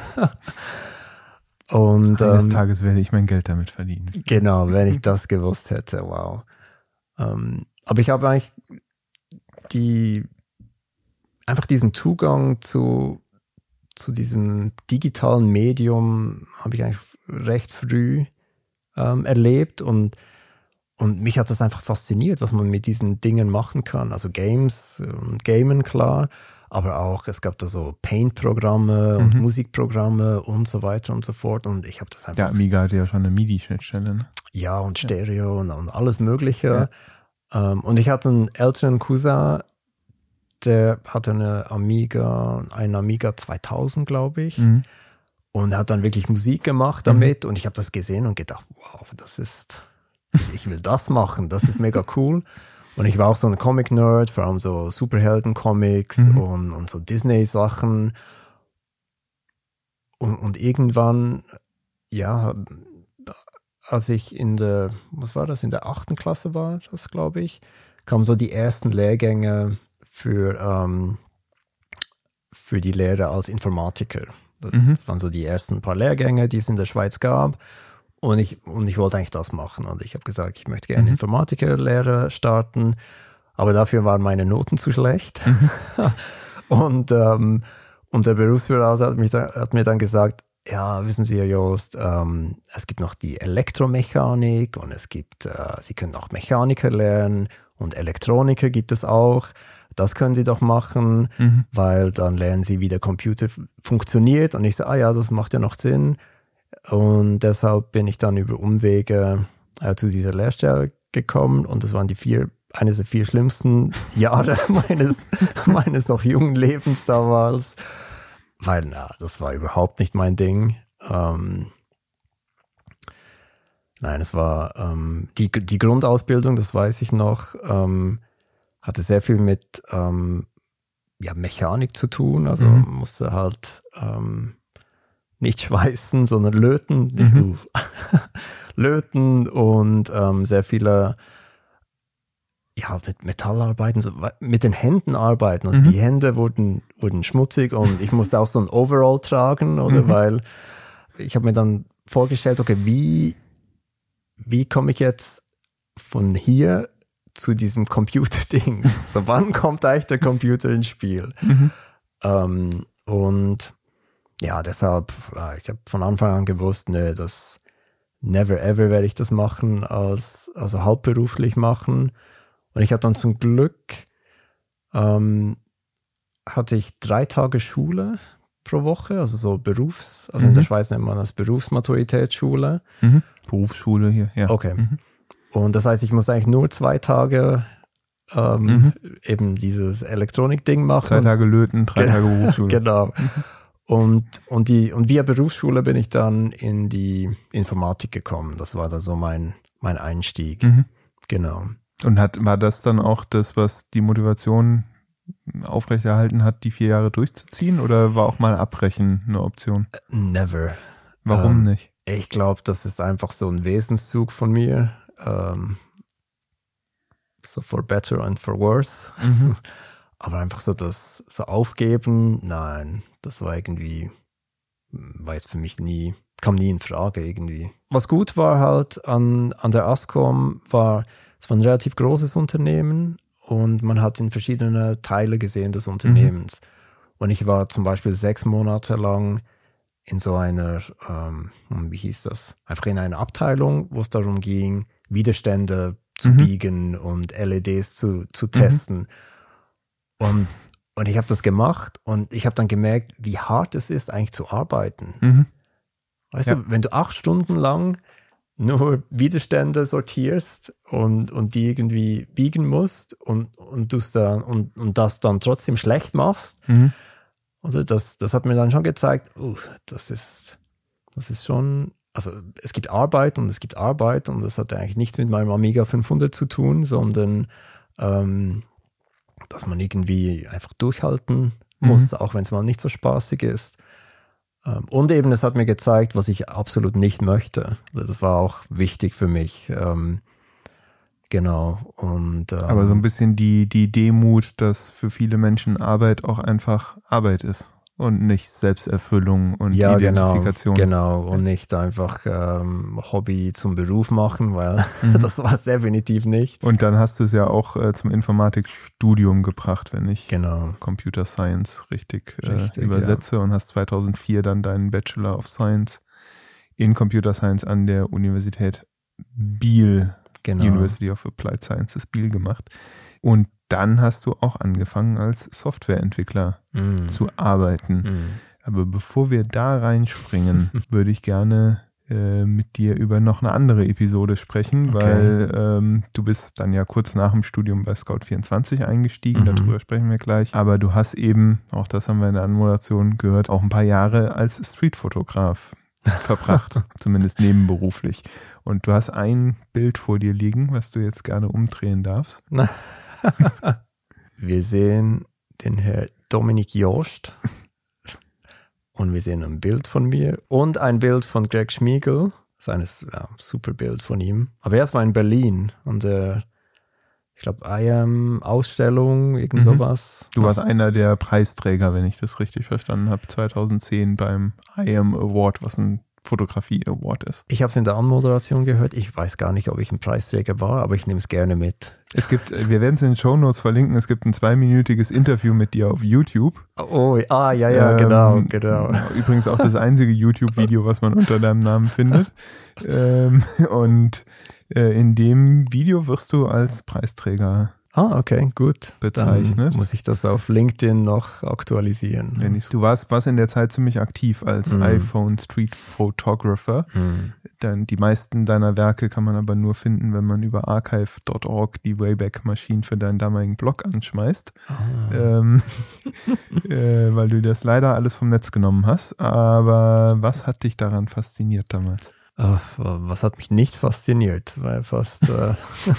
Und eines ähm, Tages werde ich mein Geld damit verdienen. Genau, wenn ich das gewusst hätte, wow. Ähm, aber ich habe eigentlich die, einfach diesen Zugang zu, zu diesem digitalen Medium habe ich eigentlich recht früh ähm, erlebt und Und mich hat das einfach fasziniert, was man mit diesen Dingen machen kann. Also Games und Gamen, klar, aber auch, es gab da so Paint-Programme und mhm. Musikprogramme und so weiter und so fort. Und ich habe das einfach... Ja, Amiga hatte ja schon eine MIDI-Schnittstelle, ne? Ja, und Stereo ja. Und, und alles Mögliche. Ja. Um, und ich hatte einen älteren Cousin, der hatte eine Amiga, einen Amiga zweitausend, glaube ich. Mhm. Und er hat dann wirklich Musik gemacht damit. Mhm. Und ich habe das gesehen und gedacht, wow, das ist... Ich, ich will das machen, das ist mega cool. Und ich war auch so ein Comic-Nerd, vor allem so Superhelden-Comics mhm. und, und so Disney-Sachen. Und, und irgendwann, ja, als ich in der, was war das, in der achten Klasse war, das glaube ich, kamen so die ersten Lehrgänge für, ähm, für die Lehre als Informatiker. Das mhm. waren so die ersten paar Lehrgänge, die es in der Schweiz gab. Und ich, und ich wollte eigentlich das machen. Und ich habe gesagt, ich möchte gerne mhm. Informatikerlehre starten, aber dafür waren meine Noten zu schlecht. Mhm. und, ähm, und der Berufsberater hat, mich da, hat mir dann gesagt, ja, wissen Sie, Herr Jost, ähm, es gibt noch die Elektromechanik und es gibt, äh, Sie können auch Mechaniker lernen und Elektroniker gibt es auch. Das können Sie doch machen, mhm. weil dann lernen Sie, wie der Computer f- funktioniert. Und ich so, ah ja, das macht ja noch Sinn. Und deshalb bin ich dann über Umwege äh, zu dieser Lehrstelle gekommen und das waren die vier, eines der vier schlimmsten Jahre meines, meines noch jungen Lebens damals, weil na, das war überhaupt nicht mein Ding. Ähm, nein, es war ähm, die, die Grundausbildung, das weiß ich noch, ähm, hatte sehr viel mit ähm, ja, Mechanik zu tun, also mhm. musste halt ähm, nicht schweißen, sondern löten. Mhm. löten und ähm, sehr viele, ja, mit Metallarbeiten, so, mit den Händen arbeiten. Also mhm. die Hände wurden, wurden schmutzig und ich musste auch so ein Overall tragen, oder? Mhm. Weil ich habe mir dann vorgestellt, okay, wie, wie komme ich jetzt von hier zu diesem Computer-Ding? So, wann kommt eigentlich der Computer ins Spiel? Mhm. Ähm, und ja, deshalb, ich habe von Anfang an gewusst, ne, das never ever werde ich das machen, als also hauptberuflich machen. Und ich habe dann zum Glück, ähm, hatte ich drei Tage Schule pro Woche, also so Berufs, also mhm. in der Schweiz nennt man das Berufsmaturitätsschule. Mhm. Berufsschule hier, ja. Okay. Mhm. Und das heißt, ich muss eigentlich nur zwei Tage ähm, mhm. eben dieses Elektronik-Ding machen. Zwei Tage löten, drei Tage Berufsschule. Genau. Mhm. Und, und, die, und via Berufsschule bin ich dann in die Informatik gekommen. Das war dann so mein, mein Einstieg. Mhm. Genau. Und hat, war das dann auch das, was die Motivation aufrechterhalten hat, die vier Jahre durchzuziehen? Oder war auch mal Abbrechen eine Option? Never. Warum ähm, nicht? Ich glaube, das ist einfach so ein Wesenszug von mir. Ähm, so for better and for worse. Mhm. Aber einfach so das so aufgeben, nein, das war irgendwie, war jetzt für mich nie, kam nie in Frage irgendwie. Was gut war halt an, an der Ascom war, es war ein relativ großes Unternehmen und man hat in verschiedene Teile gesehen des Unternehmens. Mhm. Und ich war zum Beispiel sechs Monate lang in so einer, ähm, wie hieß das? Einfach in einer Abteilung, wo es darum ging, Widerstände zu mhm. biegen und L E Ds zu, zu testen. Mhm. Und, und ich habe das gemacht und ich habe dann gemerkt, wie hart es ist, eigentlich zu arbeiten. Mhm. Weißt ja. du, wenn du acht Stunden lang nur Widerstände sortierst und, und die irgendwie biegen musst und, und, du's dann, und, und das dann trotzdem schlecht machst, mhm. also das, das hat mir dann schon gezeigt, uh, das ist, das ist schon, also es gibt Arbeit und es gibt Arbeit und das hat eigentlich nichts mit meinem Amiga fünfhundert zu tun, sondern ähm, dass man irgendwie einfach durchhalten muss, mhm. auch wenn es mal nicht so spaßig ist. Ähm, und eben, es hat mir gezeigt, was ich absolut nicht möchte. Das war auch wichtig für mich. Ähm, genau. Und, ähm, aber so ein bisschen die, die Demut, dass für viele Menschen Arbeit auch einfach Arbeit ist. Und nicht Selbsterfüllung und ja, Identifikation. Genau, genau. Und nicht einfach ähm, Hobby zum Beruf machen, weil mhm. das war es definitiv nicht. Und dann hast du es ja auch äh, zum Informatikstudium gebracht, wenn ich genau. Computer Science richtig, richtig äh, übersetze ja. und hast zweitausendvier dann deinen Bachelor of Science in Computer Science an der Universität Biel, genau. University of Applied Sciences Biel gemacht. Und dann hast du auch angefangen, als Softwareentwickler mm. zu arbeiten. Mm. Aber bevor wir da reinspringen, würde ich gerne äh, mit dir über noch eine andere Episode sprechen, okay. weil ähm, du bist dann ja kurz nach dem Studium bei Scout vierundzwanzig eingestiegen, mhm. darüber sprechen wir gleich. Aber du hast eben, auch das haben wir in der Anmoderation gehört, auch ein paar Jahre als Streetfotograf verbracht, zumindest nebenberuflich. Und du hast ein Bild vor dir liegen, was du jetzt gerne umdrehen darfst. Wir sehen den Herr Dominik Jost und wir sehen ein Bild von mir und ein Bild von Greg Schmiegel. Das ist ein ja, super Bild von ihm. Aber er war in Berlin und der, ich glaube, I A M-Ausstellung, irgend mhm. sowas. Du warst einer der Preisträger, wenn ich das richtig verstanden habe, zweitausendzehn beim I A M Award, was ein Fotografie-Award ist. Ich habe es in der Anmoderation gehört. Ich weiß gar nicht, ob ich ein Preisträger war, aber ich nehme es gerne mit. Es gibt, wir werden es in den Shownotes verlinken, es gibt ein zweiminütiges Interview mit dir auf YouTube. Oh, ah, ja, ja, ähm, genau, genau. Übrigens auch das einzige YouTube-Video, was man unter deinem Namen findet. ähm, und äh, in dem Video wirst du als Preisträger Ah, okay, gut. bezeichnet. Dann muss ich das auf LinkedIn noch aktualisieren. Wenn ich, du warst, warst in der Zeit ziemlich aktiv als mm. iPhone Street Photographer. Mm. Dann die meisten deiner Werke kann man aber nur finden, wenn man über archive Punkt org die Wayback-Maschine für deinen damaligen Blog anschmeißt. Ah. Ähm, äh, weil du das leider alles vom Netz genommen hast. Aber was hat dich daran fasziniert damals? Oh, was hat mich nicht fasziniert? Weil fast... äh,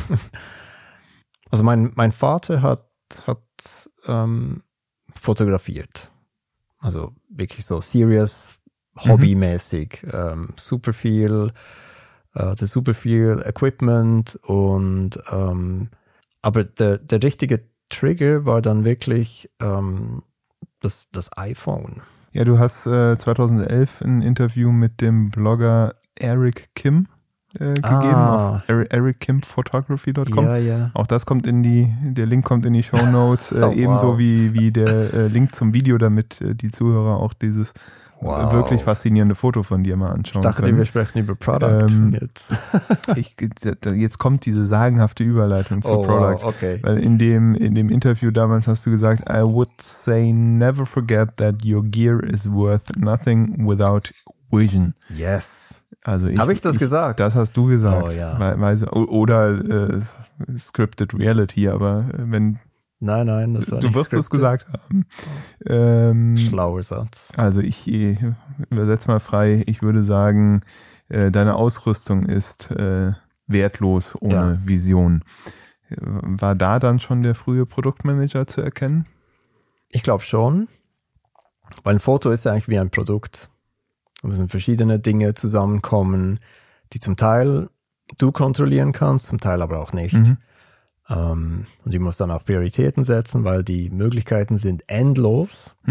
Also mein, mein Vater hat, hat ähm, fotografiert. Also wirklich so serious, hobbymäßig. Mhm. Ähm, super viel, äh, hatte super viel Equipment und ähm, aber der, der richtige Trigger war dann wirklich ähm, das, das iPhone. Ja, du hast äh, zweitausendelf ein Interview mit dem Blogger Eric Kim Äh, gegeben ah. auf eric kim photography Punkt com. Ja, ja. Auch das kommt in die, der Link kommt in die Shownotes, äh, oh, ebenso wow. wie, wie der äh, Link zum Video, damit äh, die Zuhörer auch dieses wow. äh, wirklich faszinierende Foto von dir mal anschauen Ich dachte, können. wir sprechen über Product ähm, jetzt. ich, jetzt kommt diese sagenhafte Überleitung zu oh, Product. Wow, okay. Weil in dem, in dem Interview damals hast du gesagt, I would say never forget that your gear is worth nothing without vision. Yes. Also ich, Habe ich das ich, gesagt? Das hast du gesagt. Oh, ja. Weil, weil, oder äh, Scripted Reality, aber wenn Nein, nein, das war du nicht wirst scripted. es gesagt haben. Ähm, Schlauer Satz. Also ich äh, übersetze mal frei, ich würde sagen, äh, deine Ausrüstung ist äh, wertlos ohne ja. Vision. War da dann schon der frühe Produktmanager zu erkennen? Ich glaube schon, weil ein Foto ist ja eigentlich wie ein Produkt. Es müssen verschiedene Dinge zusammenkommen, die zum Teil du kontrollieren kannst, zum Teil aber auch nicht. Mhm. Um, und du musst dann auch Prioritäten setzen, weil die Möglichkeiten sind endlos. Mhm.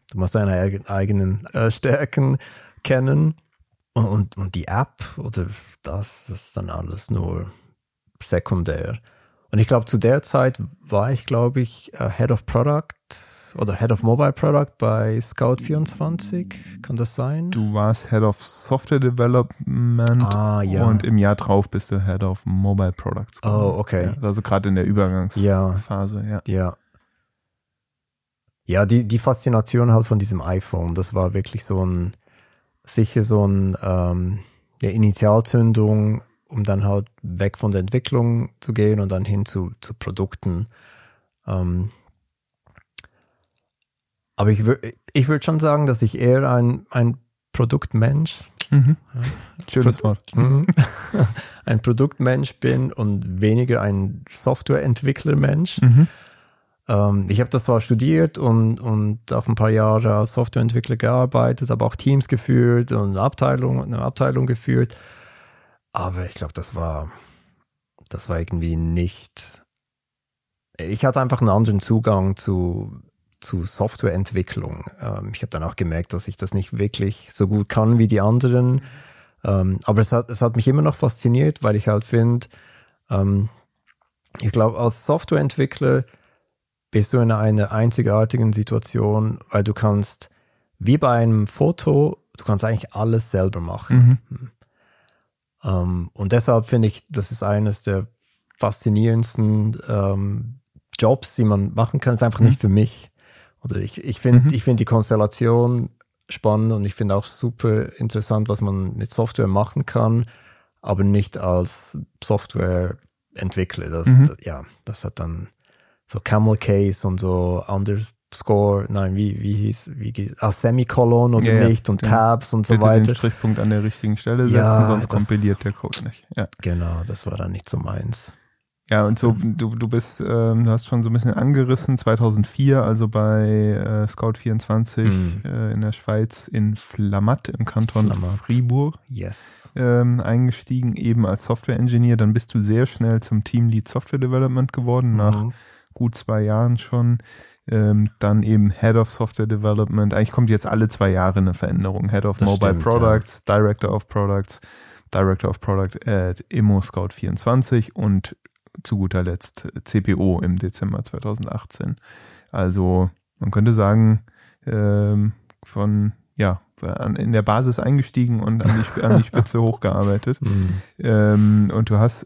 Du musst deine eigenen äh, Stärken kennen und, und, und die App oder das, das ist dann alles nur sekundär. Und ich glaube, zu der Zeit war ich, glaube ich, uh, Head of Product oder Head of Mobile Product bei Scout vierundzwanzig. Kann das sein? Du warst Head of Software Development ah, ja. und im Jahr drauf bist du Head of Mobile Products. Oh, okay. Ja, also gerade in der Übergangsphase. Ja. Ja, ja. Ja, die, die Faszination halt von diesem iPhone, das war wirklich so ein, sicher so ein, ähm, eine Initialzündung, um dann halt weg von der Entwicklung zu gehen und dann hin zu, zu Produkten. Ähm, aber ich, wür- ich würde schon sagen, dass ich eher ein, ein Produktmensch, mhm. schönes Pro- Wort, ein Produktmensch bin und weniger ein Softwareentwicklermensch. Mhm. Ähm, ich habe das zwar studiert und, und auch ein paar Jahre als Softwareentwickler gearbeitet, aber auch Teams geführt und eine Abteilung, eine Abteilung geführt. Aber ich glaube, das war, das war irgendwie nicht, ich hatte einfach einen anderen Zugang zu, zu Softwareentwicklung. Ähm, ich habe dann auch gemerkt, dass ich das nicht wirklich so gut kann wie die anderen. Ähm, aber es hat, es hat mich immer noch fasziniert, weil ich halt finde, ähm, ich glaube, als Softwareentwickler bist du in einer einzigartigen Situation, weil du kannst, wie bei einem Foto, du kannst eigentlich alles selber machen. Mhm. Um, und deshalb finde ich, das ist eines der faszinierendsten ähm, Jobs, die man machen kann. Das ist einfach mhm. nicht für mich. Oder ich, ich finde mhm. ich finde die Konstellation spannend und ich finde auch super interessant, was man mit Software machen kann, aber nicht als Softwareentwickler. Das, mhm. das, ja, das hat dann so Camel Case und so Underscore, nein, wie, wie hieß, wie, ah, Semikolon oder ja, nicht und den, Tabs und so bitte weiter. Den Strichpunkt an der richtigen Stelle setzen, ja, sonst das, kompiliert der Code nicht. Ja. Genau, das war dann nicht so meins. Ja, und so, du, du bist, ähm, du hast schon so ein bisschen angerissen, zweitausendvier, also bei äh, Scout vierundzwanzig Mhm. äh, in der Schweiz in Flamatt im Kanton Flamatt. Fribourg Yes. ähm, eingestiegen, eben als Software-Engineer. Dann bist du sehr schnell zum Teamlead Software Development geworden, nach Mhm. gut zwei Jahren schon. Ähm, dann eben Head of Software Development. Eigentlich kommt jetzt alle zwei Jahre eine Veränderung. Head of Das Mobile stimmt, Products, ja. Director of Products, Director of Product at Immo Scout vierundzwanzig und zu guter Letzt C P O im Dezember zweitausendachtzehn. Also man könnte sagen, ähm, von, ja, in der Basis eingestiegen und an die, an die Spitze hochgearbeitet. Mhm. Ähm, und du hast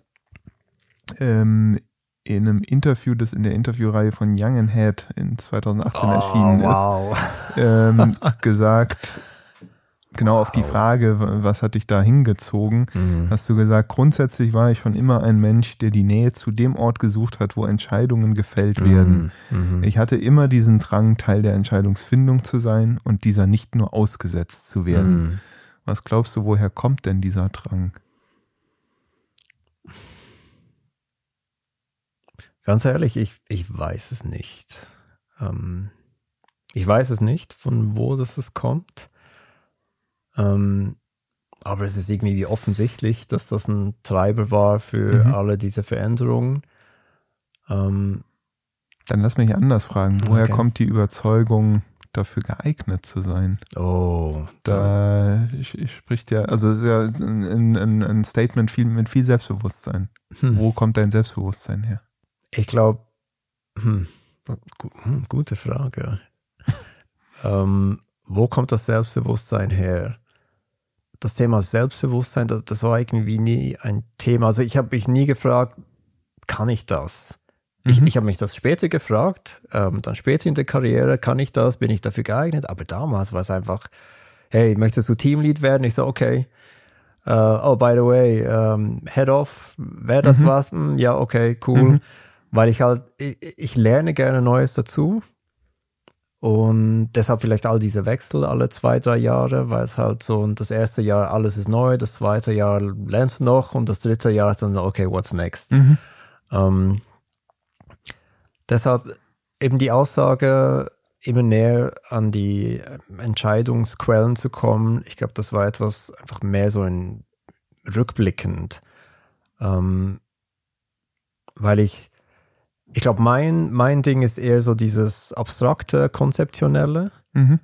ähm, in einem Interview, das in der Interviewreihe von Young and Head in zweitausendachtzehn oh, erschienen wow. ist, ähm, gesagt, genau wow. auf die Frage, was hat dich da hingezogen, Mhm. hast du gesagt, grundsätzlich war ich schon immer ein Mensch, der die Nähe zu dem Ort gesucht hat, wo Entscheidungen gefällt werden. Mhm. Ich hatte immer diesen Drang, Teil der Entscheidungsfindung zu sein und dieser nicht nur ausgesetzt zu werden. Mhm. Was glaubst du, woher kommt denn dieser Drang? Ganz ehrlich, ich, ich weiß es nicht. Ähm, ich weiß es nicht, von wo das es kommt. Ähm, aber es ist irgendwie offensichtlich, dass das ein Treiber war für Mhm. alle diese Veränderungen. Ähm, Dann lass mich anders fragen. Woher Okay. kommt die Überzeugung, dafür geeignet zu sein? oh, Da ich, ich spricht ja, also es ist ja ein, ein, ein Statement viel, mit viel Selbstbewusstsein. hm. Wo kommt dein Selbstbewusstsein her? Ich glaube, hm, gu- hm, gute Frage. ähm, wo kommt das Selbstbewusstsein her? Das Thema Selbstbewusstsein, das, das war irgendwie nie ein Thema. Also ich habe mich nie gefragt, kann ich das? Ich, Mhm. ich habe mich das später gefragt, ähm, dann später in der Karriere, kann ich das, bin ich dafür geeignet? Aber damals war es einfach, hey, möchtest du Teamlead werden? Ich so, okay. Uh, oh, by the way, um, Head of, wäre das Mhm. was? Hm, ja, okay, cool. Mhm. Weil ich halt, ich, ich lerne gerne Neues dazu und deshalb vielleicht all diese Wechsel alle zwei, drei Jahre, weil es halt so, und das erste Jahr alles ist neu, das zweite Jahr lernst du noch und das dritte Jahr ist dann so, okay, what's next? Mhm. Ähm, deshalb eben die Aussage, immer näher an die Entscheidungsquellen zu kommen, ich glaube, das war etwas einfach mehr so ein rückblickend, ähm, weil ich Ich glaube, mein, mein Ding ist eher so dieses abstrakte, konzeptionelle. Mhm.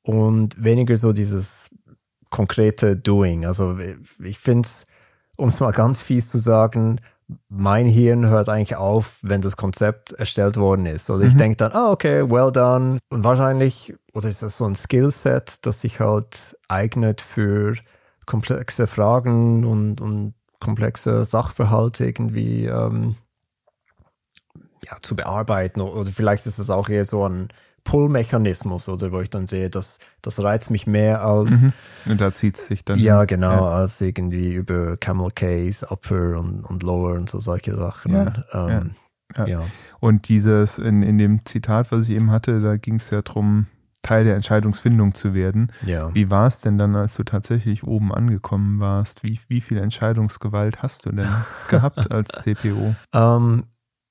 und weniger so dieses konkrete Doing. Also ich finde es, um es mal ganz fies zu sagen, mein Hirn hört eigentlich auf, wenn das Konzept erstellt worden ist. Oder ich Mhm. denke dann, ah, okay, well done. Und wahrscheinlich, oder ist das so ein Skillset, das sich halt eignet für komplexe Fragen und, und komplexe Sachverhalte irgendwie ähm, ja, zu bearbeiten. Oder vielleicht ist das auch eher so ein Pull-Mechanismus, oder wo ich dann sehe, dass das reizt mich mehr als Mhm. Und da zieht es sich dann. ja, hin. genau, Ja. als irgendwie über Camel Case, Upper und, und Lower und so solche Sachen. Ja, ähm, ja. ja. Und dieses, in, in dem Zitat, was ich eben hatte, da ging es ja darum, Teil der Entscheidungsfindung zu werden. ja. Wie war es denn dann, als du tatsächlich oben angekommen warst? Wie, wie viel Entscheidungsgewalt hast du denn gehabt als C P O? Ähm,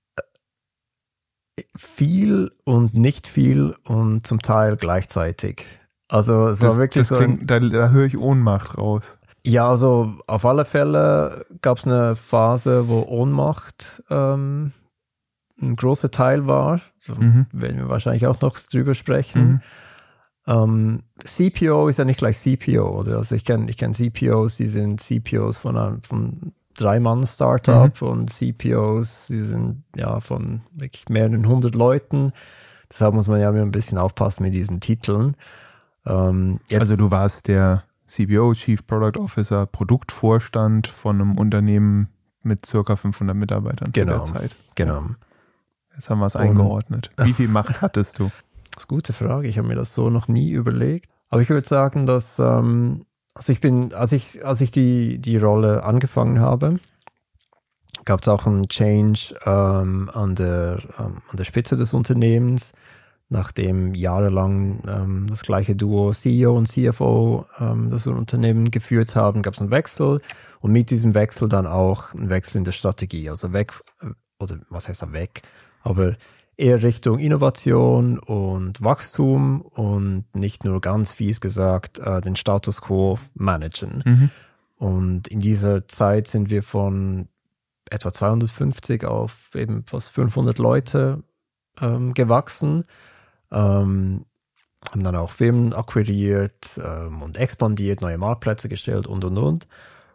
viel und nicht viel und zum Teil gleichzeitig. Also es Das, war wirklich das so ein, klingt, da, da höre ich Ohnmacht raus. ja, also auf alle Fälle gab es eine Phase, wo Ohnmacht ähm, ein großer Teil war. So Mhm. werden wir wahrscheinlich auch noch drüber sprechen. Mhm. Ähm, C P O ist ja nicht gleich C P O, oder? Also ich kenne ich kenn C P Os, die sind C P Os von einem von Drei-Mann-Startup Mhm. und C P Os, die sind ja von wirklich mehreren hundert Leuten. Deshalb muss man ja immer ein bisschen aufpassen mit diesen Titeln. Ähm, jetzt, Also du warst der C P O, Chief Product Officer, Produktvorstand von einem Unternehmen mit circa fünfhundert Mitarbeitern Genau. zu der Zeit. genau. Jetzt haben wir es Und- eingeordnet. Wie viel Macht hattest du? Das ist eine gute Frage. Ich habe mir das so noch nie überlegt. Aber ich würde sagen, dass, ähm, also ich bin, als ich, als ich die, die Rolle angefangen habe, gab es auch einen Change ähm, an, der, ähm, an der Spitze des Unternehmens, nachdem jahrelang ähm, das gleiche Duo C E O und C F O ähm, das Unternehmen geführt haben, gab es einen Wechsel und mit diesem Wechsel dann auch einen Wechsel in der Strategie. Also weg, äh, oder was heißt da weg, aber eher Richtung Innovation und Wachstum und nicht nur ganz fies gesagt äh, den Status quo managen. Mhm. Und in dieser Zeit sind wir von etwa zweihundertfünfzig auf eben fast fünfhundert Leute ähm, gewachsen, ähm, haben dann auch Firmen akquiriert ähm, und expandiert, neue Marktplätze gestellt und, und, und.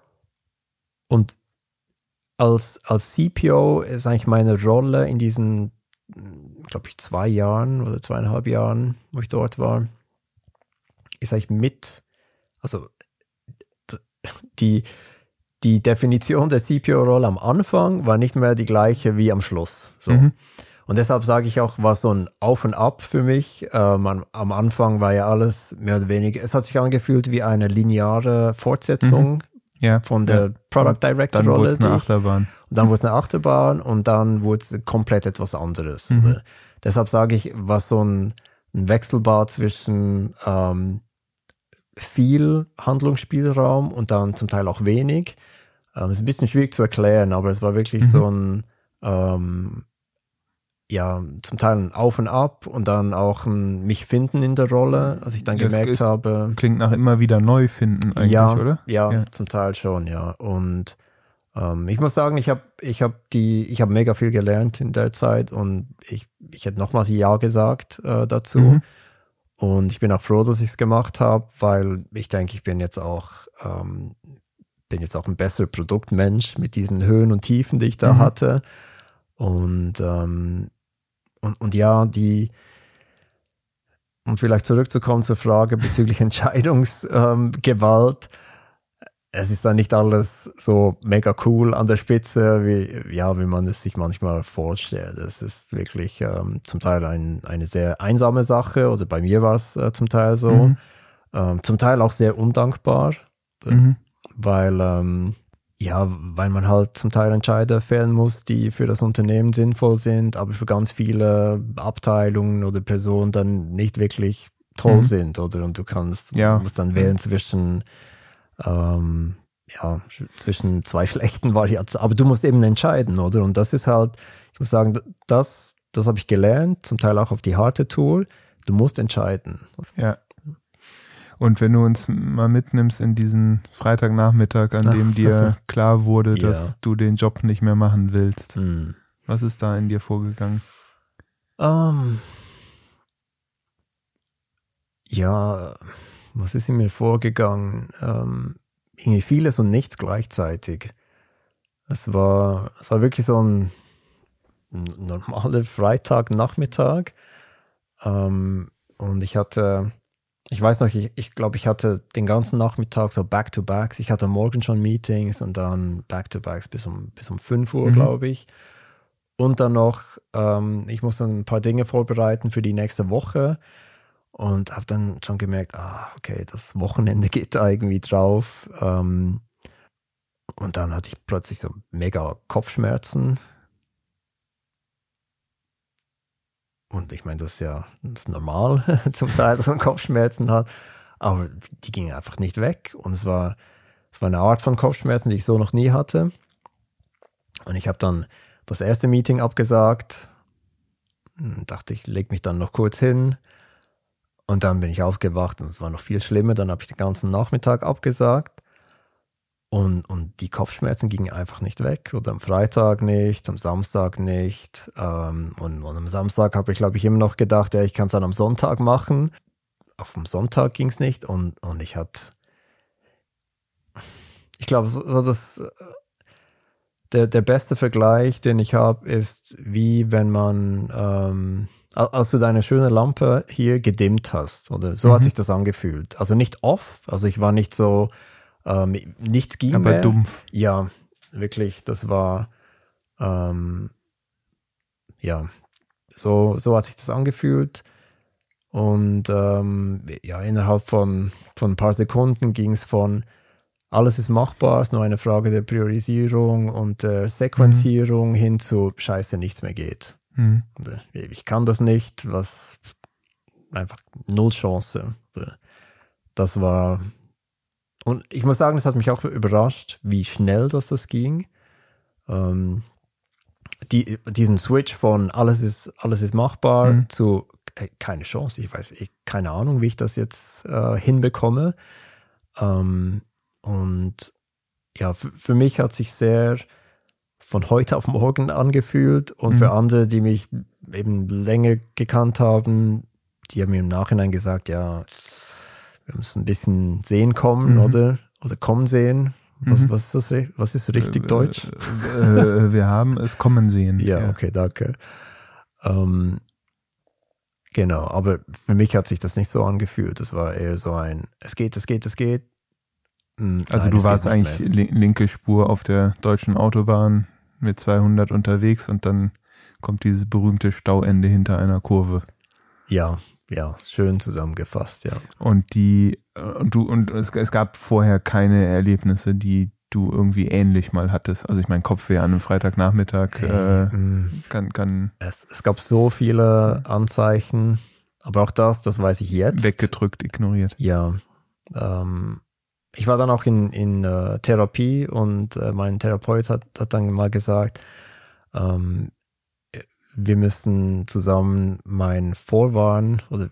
Und als, als C P O ist eigentlich meine Rolle in diesen, glaube ich, zwei Jahren oder zweieinhalb Jahren, wo ich dort war, ist eigentlich mit, also d- die, die Definition der C P O-Rolle am Anfang war nicht mehr die gleiche wie am Schluss. So. Mhm. Und deshalb sage ich auch, war so ein Auf und Ab für mich. Ähm, am, am Anfang war ja alles mehr oder weniger, es hat sich angefühlt wie eine lineare Fortsetzung Ja. von der ja. Product Dann Director-Rolle. wurde es eine die ich- Achterbahn. Und dann wurde es eine Achterbahn und dann wurde es komplett etwas anderes. Mhm. Oder? Deshalb sage ich, war so ein, ein Wechselbad zwischen ähm, viel Handlungsspielraum und dann zum Teil auch wenig. Ähm, ist ein bisschen schwierig zu erklären, aber es war wirklich Mhm. so ein, ähm, ja, zum Teil ein Auf und Ab und dann auch ein mich finden in der Rolle, als ich dann Ja, es gemerkt ist- habe, Klingt nach immer wieder neu finden eigentlich, ja, oder? Ja, Ja. zum Teil schon, ja. Und ähm, ich muss sagen, ich habe ich hab die, ich habe mega viel gelernt in der Zeit und ich, ich hätte nochmals Ja gesagt äh, dazu. Mhm. Und ich bin auch froh, dass ich es gemacht habe, weil ich denke, ich bin jetzt auch ähm, bin jetzt auch ein besserer Produktmensch mit diesen Höhen und Tiefen, die ich da Mhm. hatte. Und, ähm, und, und ja, die, um vielleicht zurückzukommen zur Frage bezüglich Entscheidungsgewalt, es ist dann nicht alles so mega cool an der Spitze, wie, ja, wie man es sich manchmal vorstellt. Es ist wirklich ähm, zum Teil ein, eine sehr einsame Sache, oder bei mir war es äh, zum Teil so. Mhm. Ähm, zum Teil auch sehr undankbar, Mhm. weil, ähm, ja, weil man halt zum Teil Entscheide fällen muss, die für das Unternehmen sinnvoll sind, aber für ganz viele Abteilungen oder Personen dann nicht wirklich toll Mhm. sind, oder? Und du kannst, Ja. du musst dann wählen zwischen, ähm, ja, zwischen zwei schlechten Varianten, aber du musst eben entscheiden, oder? Und das ist halt, ich muss sagen, das, das habe ich gelernt, zum Teil auch auf die harte Tour. Du musst entscheiden. Ja. Und wenn du uns mal mitnimmst in diesen Freitagnachmittag, an dem dir klar wurde, Ja. dass du den Job nicht mehr machen willst, Hm. was ist da in dir vorgegangen? Ähm, ja, was ist in mir vorgegangen? Ähm, irgendwie vieles und nichts gleichzeitig. Es war, es war wirklich so ein normaler Freitagnachmittag. Ähm, und ich hatte, ich weiß noch, ich, ich glaube, ich hatte den ganzen Nachmittag so Back-to-Backs. Ich hatte morgen schon Meetings und dann Back-to-Backs bis um, bis um fünf Uhr, mhm. glaube ich. Und dann noch, ähm, ich musste ein paar Dinge vorbereiten für die nächste Woche und habe dann schon gemerkt, ah, okay, das Wochenende geht da irgendwie drauf. Ähm, und dann hatte ich plötzlich so mega Kopfschmerzen. Und ich meine, das ist ja das ist normal zum Teil, dass man Kopfschmerzen hat. Aber die gingen einfach nicht weg. Und es war, es war eine Art von Kopfschmerzen, die ich so noch nie hatte. Und ich habe dann das erste Meeting abgesagt. Dachte, ich lege mich dann noch kurz hin. Und dann bin ich aufgewacht und es war noch viel schlimmer. Dann habe ich den ganzen Nachmittag abgesagt. Und, und die Kopfschmerzen gingen einfach nicht weg. Oder am Freitag nicht, am Samstag nicht. Ähm, und, und am Samstag habe ich, glaube ich, immer noch gedacht, ja, ich kann es dann am Sonntag machen. Auf dem Sonntag ging es nicht. Und, und ich hatte, ich glaube, so, so das, der, der beste Vergleich, den ich habe, ist wie wenn man, ähm, als du deine schöne Lampe hier gedimmt hast. Oder so mhm. hat sich das angefühlt. Also nicht off, also ich war nicht so, Ähm, nichts ging aber mehr. Aber dumpf. Ja, wirklich, das war, ähm, ja, so, so hat sich das angefühlt. Und ähm, ja, innerhalb von, von ein paar Sekunden ging es von, alles ist machbar, es ist nur eine Frage der Priorisierung und der Sequenzierung mhm. hin zu, scheiße, nichts mehr geht. Mhm. Ich kann das nicht, was, einfach null Chance. Das war... Und ich muss sagen, es hat mich auch überrascht, wie schnell das, das ging. Ähm, die, diesen Switch von alles ist, alles ist machbar mhm. zu äh, keine Chance. Ich weiß, ich, keine Ahnung, wie ich das jetzt äh, hinbekomme. Ähm, und ja, f- für mich hat sich sehr von heute auf morgen angefühlt. Und mhm. für andere, die mich eben länger gekannt haben, die haben mir im Nachhinein gesagt, ja, wir müssen ein bisschen sehen kommen, mhm. oder? Oder kommen sehen. Was, mhm. was, ist, das, was ist richtig äh, deutsch? Äh, wir haben es kommen sehen. Ja, ja. Okay, danke. Ähm, genau, aber für mich hat sich das nicht so angefühlt. Das war eher so ein, es geht, es geht, es geht. Hm, also nein, du warst eigentlich mehr. linke Spur auf der deutschen Autobahn mit zweihundert unterwegs und dann kommt dieses berühmte Stauende hinter einer Kurve. Ja, Ja, schön zusammengefasst, ja. Und die, und du, und es, es gab vorher keine Erlebnisse, die du irgendwie ähnlich mal hattest. Also ich meine, Kopfweh an einem Freitagnachmittag hey, äh, kann, kann. Es, es gab so viele Anzeichen, aber auch das, das weiß ich jetzt. Weggedrückt, ignoriert. Ja. Ähm, ich war dann auch in, in uh, Therapie und uh, mein Therapeut hat, hat dann mal gesagt, ähm, wir müssen zusammen mein Vorwarn- oder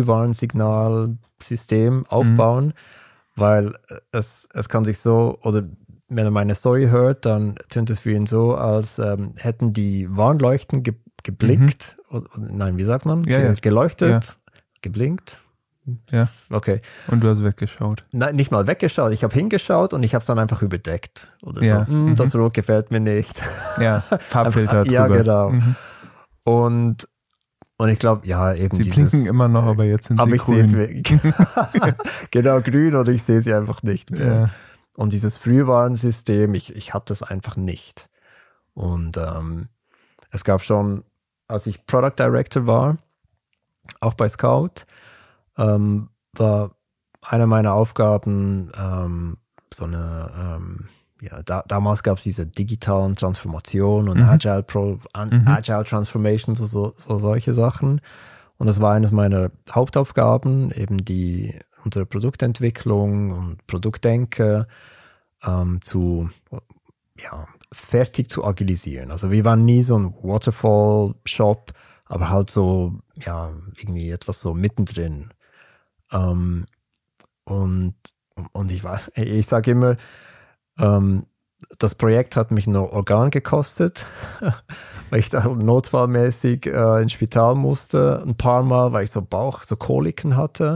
Frühwarnsignalsystem aufbauen, mhm. weil es, es kann sich so, oder wenn er meine Story hört, dann tönt es für ihn so, als ähm, hätten die Warnleuchten ge- geblinkt, mhm. oder, nein, wie sagt man? Ja, Ge- ja. Geleuchtet, ja. geblinkt. Ja. Okay. Und du hast weggeschaut. Nein, nicht mal weggeschaut. Ich habe hingeschaut und ich habe es dann einfach überdeckt. Oder ja. so, mhm. das Rot gefällt mir nicht. Ja, Farbfilter drüber. Ja, genau. Mhm. Und, und ich glaube, ja, eben sie dieses... Sie blinken immer noch, aber jetzt sind aber sie ich grün. Sehe es genau, grün oder ich sehe sie einfach nicht mehr. Ja. Und dieses Frühwarnsystem, ich, ich hatte das einfach nicht. Und ähm, es gab schon, als ich Product Director war, auch bei Scout, ähm, war eine meiner Aufgaben ähm, so eine... Ähm, Ja, da, damals gab es diese digitalen Transformationen und mhm. Agile, Pro, an, mhm. Agile Transformations und so, so solche Sachen. Und das war eines meiner Hauptaufgaben, eben die unsere Produktentwicklung und Produktdenke ähm, zu ja, fertig zu agilisieren. Also wir waren nie so ein Waterfall-Shop, aber halt so, ja, irgendwie etwas so mittendrin. Ähm, und, und ich war, ich sage immer, Ähm, das Projekt hat mich nur Organ gekostet, weil ich da notfallmäßig äh, ins Spital musste, ein paar Mal, weil ich so Bauch, so Koliken hatte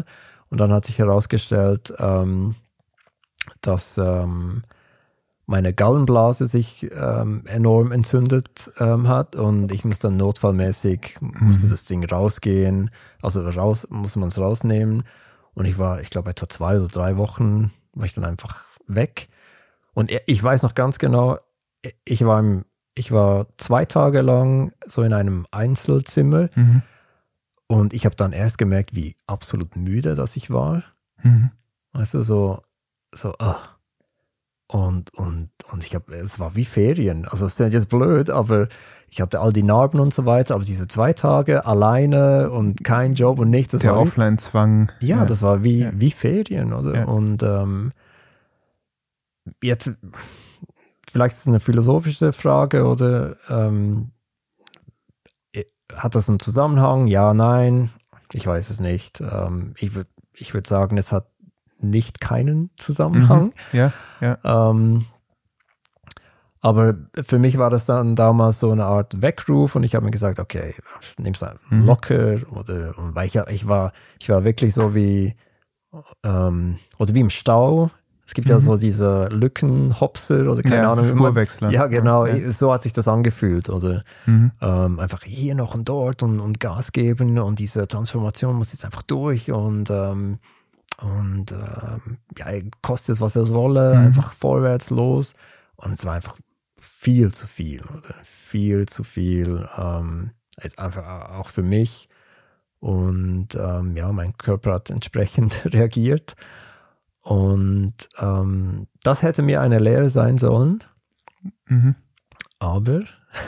Und dann hat sich herausgestellt, ähm, dass ähm, meine Gallenblase sich ähm, enorm entzündet ähm, hat und ich muss dann notfallmäßig, musste Mhm. das Ding rausgehen, also raus, muss man es rausnehmen. Und ich war, ich glaube, etwa zwei oder drei Wochen war ich dann einfach weg. Und ich weiß noch ganz genau, ich war, im, ich war zwei Tage lang so in einem Einzelzimmer. Mhm. Und ich habe dann erst gemerkt, wie absolut müde das ich war. Mhm. Weißt du, so, so, ah. Und, und, und ich habe, es war wie Ferien. Also es ist jetzt blöd, aber ich hatte all die Narben und so weiter, aber diese zwei Tage alleine und kein Job und nichts. Das Der war wie, Offline-Zwang. ja, Ja. das war wie, Ja. wie Ferien, oder? Ja. Und ähm, jetzt, vielleicht ist es eine philosophische Frage, oder ähm, hat das einen Zusammenhang? Ja, nein, ich weiß es nicht. Ähm, ich würde ich würd sagen, es hat nicht keinen Zusammenhang. Mhm. Ja, ja. Ähm, aber für mich war das dann damals so eine Art Weckruf und ich habe mir gesagt, okay, nimm's Mhm. locker oder weil ich, ich war ich war wirklich so wie ähm, oder wie im Stau. Es gibt Mhm. ja so diese Lückenhopser oder keine Ja, Ahnung. wie man- Spurwechsler. Ja, genau. Ja. So hat sich das angefühlt oder Mhm. ähm, einfach hier noch und dort und, und Gas geben und diese Transformation muss jetzt einfach durch und ähm, und ähm, ja, kostet es, was es wolle, Mhm. einfach vorwärts los. Und es war einfach viel zu viel, oder? Viel zu viel. Ähm, jetzt einfach auch für mich. Und ähm, ja, mein Körper hat entsprechend reagiert. Und ähm, das hätte mir eine Lehre sein sollen. Mhm. Aber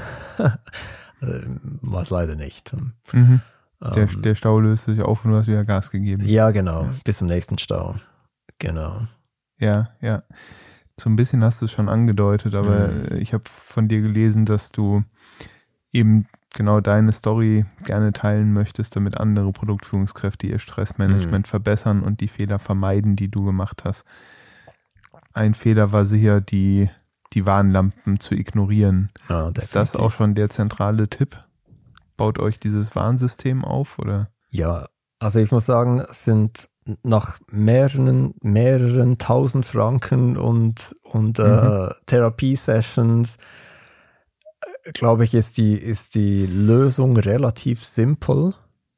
äh, war es leider nicht. Mhm. Der, Ähm, der Stau löste sich auf und du hast wieder Gas gegeben. ja, genau. Ja. Bis zum nächsten Stau. Genau. Ja, ja. So ein bisschen hast du es schon angedeutet, aber Mhm. ich habe von dir gelesen, dass du eben genau deine Story gerne teilen möchtest, damit andere Produktführungskräfte ihr Stressmanagement Mhm. verbessern und die Fehler vermeiden, die du gemacht hast. Ein Fehler war sicher, die, die Warnlampen zu ignorieren. Ja, Ist das definitiv. auch schon der zentrale Tipp? Baut euch dieses Warnsystem auf, oder? Ja, also ich muss sagen, es sind nach mehreren, mehreren tausend Franken und, und Mhm. äh, Therapie-Sessions, äh, glaube ich, ist die, ist die Lösung relativ simpel.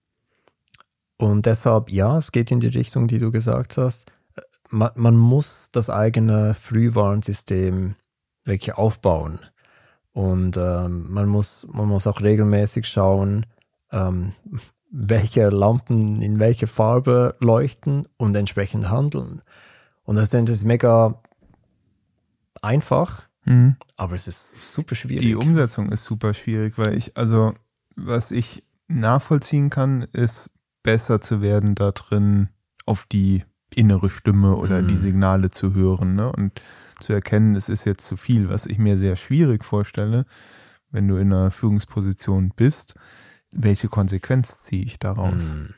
Und deshalb, ja, es geht in die Richtung, die du gesagt hast. Man, man muss das eigene Frühwarnsystem wirklich aufbauen. Und ähm, man muss, man muss auch regelmäßig schauen, ähm, welche Lampen in welche Farbe leuchten und entsprechend handeln. Und das ist, das ist mega einfach, Mhm. aber es ist super schwierig. Die Umsetzung ist super schwierig, weil ich, also, was ich nachvollziehen kann, ist besser zu werden da drin, auf die innere Stimme oder Mhm. die Signale zu hören, ne? Und zu erkennen, es ist jetzt zu viel, was ich mir sehr schwierig vorstelle, wenn du in einer Führungsposition bist. Welche Konsequenz ziehe ich daraus? Mm.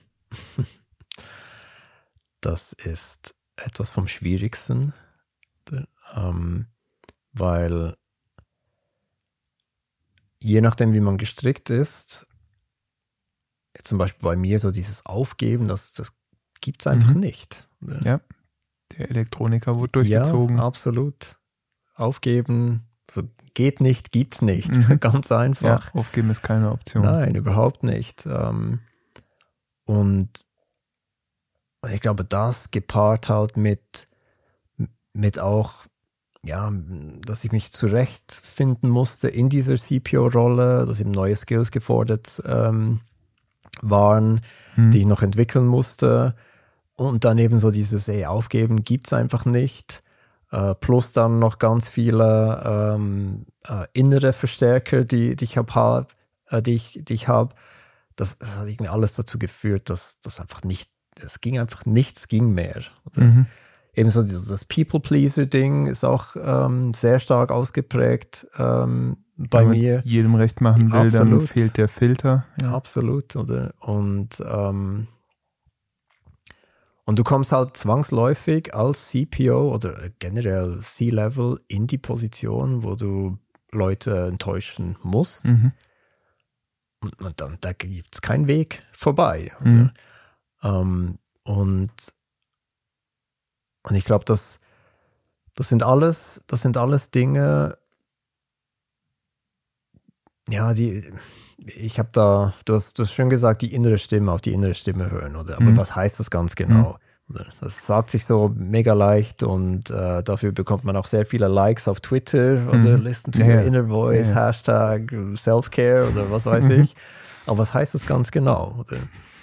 Das ist etwas vom Schwierigsten, ähm, weil je nachdem, wie man gestrickt ist, zum Beispiel bei mir so dieses Aufgeben, das, das gibt es einfach Mhm. nicht. Ja, der Elektroniker wurde durchgezogen. Ja, absolut. Aufgeben, so geht nicht, gibt's nicht. Mhm. Ganz Ja, einfach. aufgeben ist keine Option. Nein, überhaupt nicht. Ähm, und ich glaube, das gepaart halt mit, mit auch, ja, dass ich mich zurechtfinden musste in dieser C P O-Rolle, dass eben neue Skills gefordert ähm, waren, Hm. die ich noch entwickeln musste. Und dann eben so dieses, ey, aufgeben gibt's einfach nicht. Äh, plus dann noch ganz viele ähm, äh, innere Verstärker, die, die ich habe, äh, die ich, die ich habe. Das, das hat irgendwie alles dazu geführt, dass das einfach nicht, es ging einfach nichts ging mehr. Also Mhm. ebenso das People-Pleaser-Ding ist auch ähm, sehr stark ausgeprägt ähm, bei Wenn man mir. es jedem recht machen will, Absolut. dann fehlt der Filter. Ja. Absolut, oder? Und, ähm, und du kommst halt zwangsläufig als C P O oder generell C-Level in die Position, wo du Leute enttäuschen musst. Mhm. Und, und dann da gibt es keinen Weg vorbei. Oder? Mhm. Ähm, Und, und ich glaube, das, das sind alles, das sind alles Dinge, ja, die, ich habe da, du hast, du hast schön gesagt, die innere Stimme, auf die innere Stimme hören, oder? Aber mhm. was heißt das ganz genau? Mhm. Das sagt sich so mega leicht und äh, dafür bekommt man auch sehr viele Likes auf Twitter oder mhm. Listen to ja, your inner voice, ja. Hashtag Self-Care oder was weiß ich. Aber was heißt das ganz genau? Oder?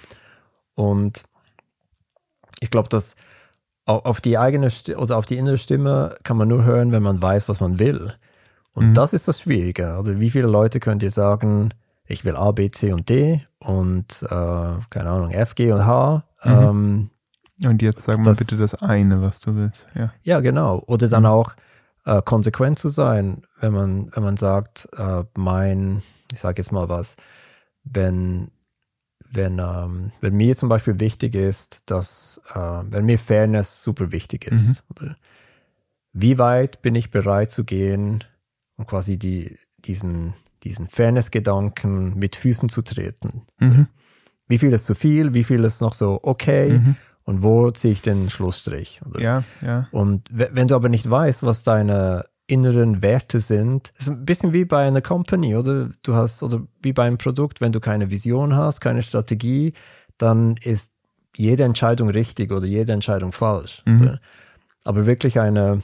Und ich glaube, dass auf die eigene St- oder auf die innere Stimme kann man nur hören, wenn man weiß, was man will. Und mhm. das ist das Schwierige. Oder wie viele Leute könnt ihr sagen, ich will A, B, C und D und äh, keine Ahnung, F, G und H. Mhm. Ähm, und jetzt sag mal das, bitte das eine, was du willst. Ja, ja genau. Oder dann mhm. auch äh, konsequent zu sein, wenn man, wenn man sagt, äh, mein, ich sage jetzt mal was, wenn Wenn, ähm, wenn mir zum Beispiel wichtig ist, dass, äh, wenn mir Fairness super wichtig ist, mhm. oder wie weit bin ich bereit zu gehen, um quasi die, diesen, diesen Fairness-Gedanken mit Füßen zu treten? Mhm. Wie viel ist zu viel, wie viel ist noch so okay mhm. und wo ziehe ich den Schlussstrich? Oder? Ja, ja. Und w- wenn du aber nicht weißt, was deine inneren Werte sind. Das ist ein bisschen wie bei einer Company, oder? Du hast, oder wie bei einem Produkt, wenn du keine Vision hast, keine Strategie, dann ist jede Entscheidung richtig oder jede Entscheidung falsch. Mhm. Aber wirklich eine,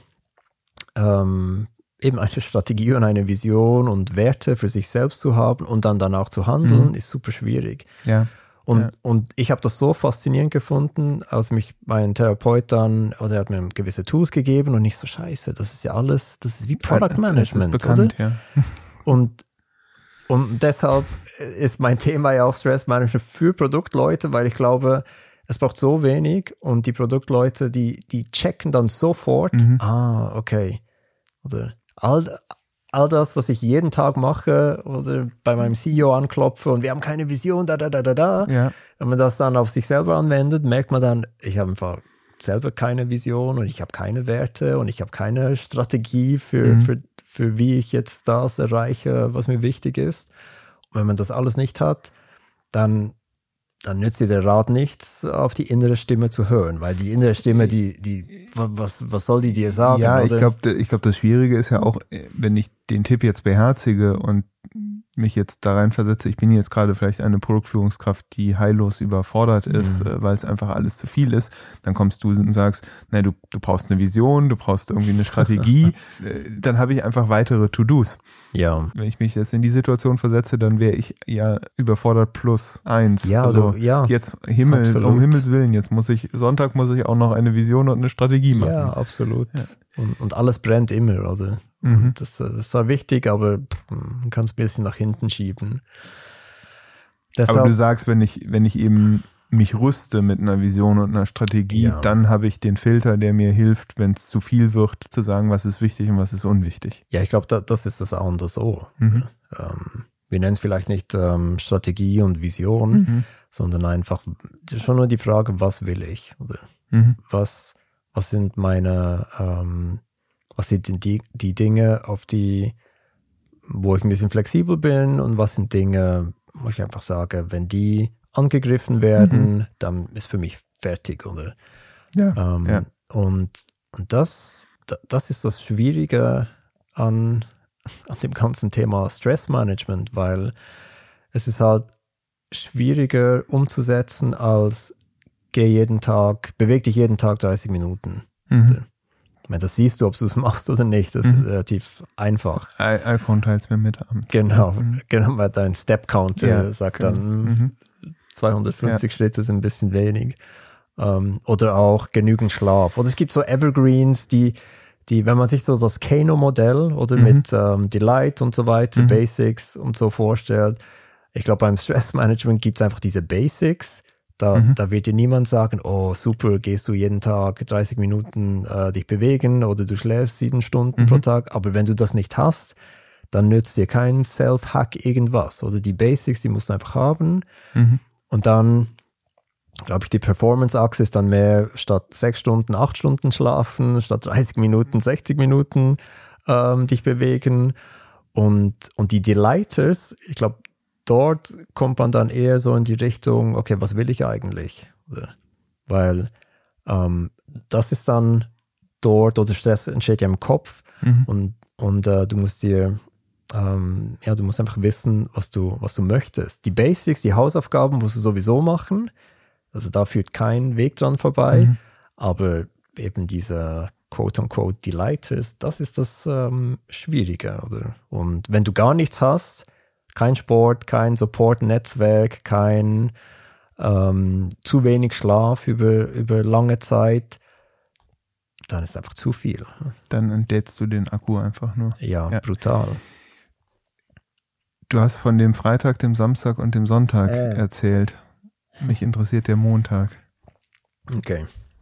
ähm, eben eine Strategie und eine Vision und Werte für sich selbst zu haben und dann danach zu handeln, mhm. ist super schwierig. Ja. Und, ja. und ich habe das so faszinierend gefunden, als mich mein Therapeut dann, oder er hat mir gewisse Tools gegeben und nicht so scheiße, das ist ja alles, das ist wie Product Management, das ist bekannt, oder? Ja. Und, und deshalb ist mein Thema ja auch Stressmanagement für Produktleute, weil ich glaube, es braucht so wenig und die Produktleute, die, die checken dann sofort, mhm. ah, okay, oder all, all das, was ich jeden Tag mache oder bei meinem C E O anklopfe und wir haben keine Vision, da, da, da, da, da. Ja. Wenn man das dann auf sich selber anwendet, merkt man dann, ich habe einfach selber keine Vision und ich habe keine Werte und ich habe keine Strategie für, mhm. für, für wie ich jetzt das erreiche, was mir wichtig ist. Und wenn man das alles nicht hat, dann dann nützt dir der Rat nichts, auf die innere Stimme zu hören, weil die innere Stimme, die, die, was, was soll die dir sagen? Ja, oder? ich glaube, ich glaube, das Schwierige ist ja auch, wenn ich den Tipp jetzt beherzige und mich jetzt da reinversetze, ich bin jetzt gerade vielleicht eine Produktführungskraft, die heillos überfordert ist, mhm. weil es einfach alles zu viel ist, dann kommst du und sagst, na, du, du brauchst eine Vision, du brauchst irgendwie eine Strategie, dann habe ich einfach weitere To-Dos. Ja. Wenn ich mich jetzt in die Situation versetze, dann wäre ich ja überfordert plus eins. Ja, also du, ja. Jetzt Himmel, absolut. Um Himmels Willen, jetzt muss ich, Sonntag muss ich auch noch eine Vision und eine Strategie machen. Ja, absolut. Ja. Und, und alles brennt immer, also. Mhm. Das, das ist zwar wichtig, aber man kann es ein bisschen nach hinten schieben. Deshalb, aber du sagst, wenn ich, wenn ich eben mich rüste mit einer Vision und einer Strategie, ja. dann habe ich den Filter, der mir hilft, wenn es zu viel wird, zu sagen, was ist wichtig und was ist unwichtig. Ja, ich glaube, da, das ist das A und das O. Mhm. Ähm, wir nennen es vielleicht nicht ähm, Strategie und Vision, mhm. sondern einfach schon nur die Frage, was will ich? Oder mhm. was, was sind meine ähm, was sind die, die Dinge, auf die, wo ich ein bisschen flexibel bin und was sind Dinge, wo ich einfach sage, wenn die angegriffen werden, mhm. dann ist für mich fertig, oder? Ja, ähm, ja. Und, und das, das ist das Schwierige an, an dem ganzen Thema Stressmanagement, weil es ist halt schwieriger umzusetzen als geh jeden Tag, beweg dich jeden Tag dreißig Minuten. Mhm. Ich meine, das siehst du, ob du es machst oder nicht. Das mhm. ist relativ einfach. I- iPhone teilt's mir mit abends. Genau, mhm. genau, weil dein Step-Counter ja, sagt genau. dann, mhm. zweihundertfünfzig ja. Schritte sind ein bisschen wenig. Ähm, oder auch genügend Schlaf. Oder es gibt so Evergreens, die, die, wenn man sich so das Kano-Modell oder mhm. mit ähm, Delight und so weiter, mhm. Basics und so vorstellt, ich glaube, beim Stressmanagement gibt es einfach diese Basics. Da, mhm. da wird dir niemand sagen, oh super, gehst du jeden Tag dreißig Minuten äh, dich bewegen oder du schläfst sieben Stunden mhm. pro Tag. Aber wenn du das nicht hast, dann nützt dir kein Self-Hack irgendwas. Oder die Basics, die musst du einfach haben. Mhm. Und dann, glaube ich, die Performance-Achse ist dann mehr statt sechs Stunden, acht Stunden schlafen, statt dreißig Minuten, sechzig Minuten ähm, dich bewegen. Und, und die Delighters, ich glaube, dort kommt man dann eher so in die Richtung, okay, was will ich eigentlich? Oder weil ähm, das ist dann dort, oder Stress entsteht ja im Kopf mhm. und, und äh, du musst dir, ähm, ja, du musst einfach wissen, was du, was du möchtest. Die Basics, die Hausaufgaben musst du sowieso machen, also da führt kein Weg dran vorbei, mhm. aber eben diese quote-unquote Delighters, das ist das ähm, Schwierige, oder? Und wenn du gar nichts hast, kein Sport, kein Support-Netzwerk, kein ähm, zu wenig Schlaf über, über lange Zeit, dann ist einfach zu viel. Dann entlädst du den Akku einfach nur. Ja, ja. Brutal. Du hast von dem Freitag, dem Samstag und dem Sonntag äh. erzählt. Mich interessiert der Montag. Okay.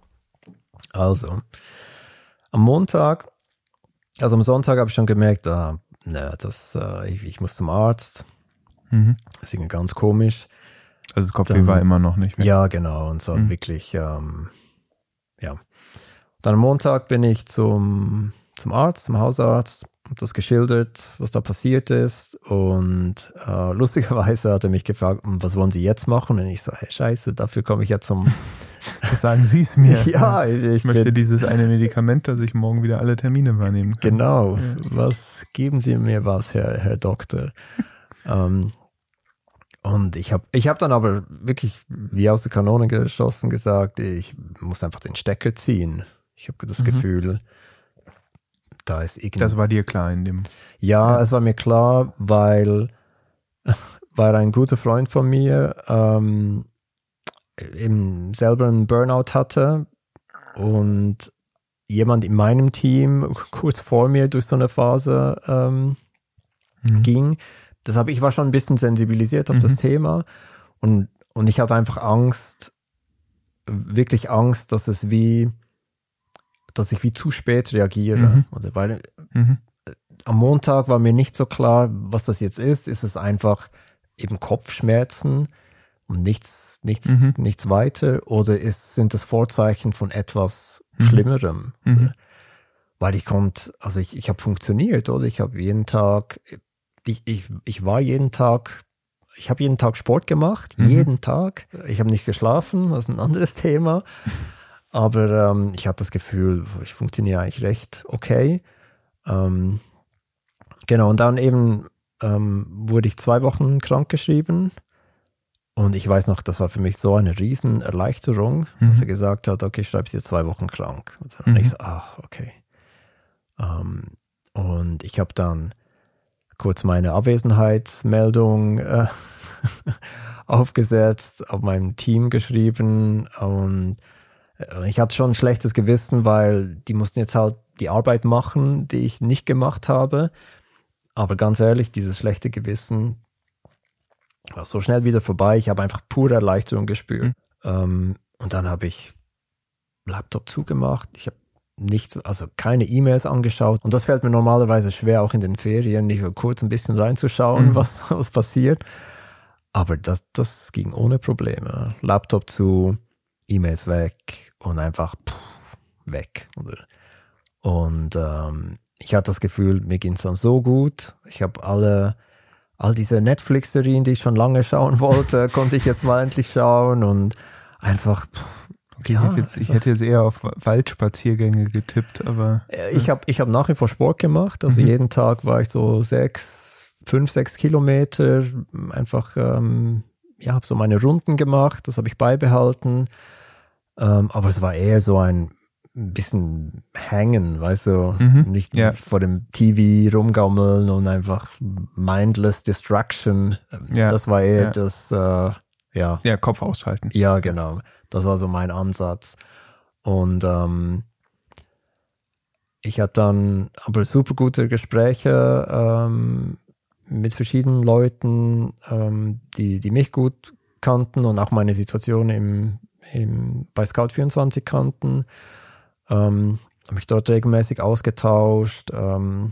Also, am Montag, also am Sonntag habe ich schon gemerkt, ah, ne, das, äh, ich, ich muss zum Arzt. Mhm. Das ist irgendwie ganz komisch. Also das Kopfweh dann, war immer noch nicht weg. Ja, genau. Und so mhm. wirklich, ähm, ja. Dann am Montag bin ich zum, zum Arzt, zum Hausarzt, habe das geschildert, was da passiert ist. Und äh, lustigerweise hat er mich gefragt, was wollen Sie jetzt machen? Und ich so, hey, scheiße, dafür komme ich ja zum... Sagen Sie es mir. Ja, ich, ich möchte bin, dieses eine Medikament, dass ich morgen wieder alle Termine wahrnehmen kann. Genau. Ja. Was, geben Sie mir was, Herr, Herr Doktor? ähm, und ich habe ich hab dann aber wirklich wie aus der Kanone geschossen gesagt, ich muss einfach den Stecker ziehen. Ich habe das mhm. Gefühl, da ist irgendwie... Das war dir klar in dem... Ja, ja. Es war mir klar, weil, weil ein guter Freund von mir ähm, eben selber einen Burnout hatte und jemand in meinem Team kurz vor mir durch so eine Phase ähm, mhm. ging. Deshalb, ich war schon ein bisschen sensibilisiert auf mhm. das Thema und, und ich hatte einfach Angst, wirklich Angst, dass es wie, dass ich wie zu spät reagiere. Mhm. Also, weil mhm. am Montag war mir nicht so klar, was das jetzt ist. Ist es einfach eben Kopfschmerzen und nichts, nichts, mhm. nichts weiter? Oder ist, sind das Vorzeichen von etwas mhm. Schlimmerem? Mhm. Weil ich konnte, also ich, ich habe funktioniert, oder? Ich habe jeden Tag, ich, ich, ich war jeden Tag, ich habe jeden Tag Sport gemacht, mhm. jeden Tag. Ich habe nicht geschlafen, das ist ein anderes Thema. Aber ähm, ich hatte das Gefühl, ich funktioniere eigentlich recht okay. Ähm, genau, und dann eben ähm, wurde ich zwei Wochen krankgeschrieben. Und ich weiß noch, das war für mich so eine riesen Erleichterung, mhm. dass er gesagt hat, okay, ich schreibe sie jetzt zwei Wochen krank. Und dann mhm. ich so, ah, okay. Ähm, und ich habe dann kurz meine Abwesenheitsmeldung äh, aufgesetzt, auf meinem Team geschrieben und ich hatte schon ein schlechtes Gewissen, weil die mussten jetzt halt die Arbeit machen, die ich nicht gemacht habe. Aber ganz ehrlich, dieses schlechte Gewissen war so schnell wieder vorbei. Ich habe einfach pure Erleichterung gespürt. Mhm. Ähm, und dann habe ich Laptop zugemacht. Ich habe nichts, also keine E-Mails angeschaut. Und das fällt mir normalerweise schwer, auch in den Ferien, nicht kurz ein bisschen reinzuschauen, mhm. was, was passiert. Aber das, das ging ohne Probleme. Laptop zu, E-Mails weg und einfach pff, weg. Und ähm, ich hatte das Gefühl, mir ging es dann so gut. Ich habe alle, all diese Netflix-Serien, die ich schon lange schauen wollte, konnte ich jetzt mal endlich schauen und einfach... Pff, okay, ja, ich, hätte jetzt, ich hätte jetzt eher auf Waldspaziergänge getippt, aber... Ich habe ich hab nach wie vor Sport gemacht. Also mhm. jeden Tag war ich so sechs, fünf, sechs Kilometer. Einfach, ähm, ja, habe so meine Runden gemacht. Das habe ich beibehalten. Ähm, aber es war eher so ein bisschen hängen, weißt du, mhm. nicht ja. vor dem T V rumgammeln und einfach mindless distraction. Ja. Das war eher ja. das, äh, ja. Ja, Kopf ausschalten. Ja, genau. Das war so mein Ansatz. Und ähm, ich hatte dann aber super gute Gespräche ähm, mit verschiedenen Leuten, ähm, die, die mich gut kannten und auch meine Situation im Im, bei Scout vierundzwanzig kannten, ähm, habe mich dort regelmäßig ausgetauscht ähm,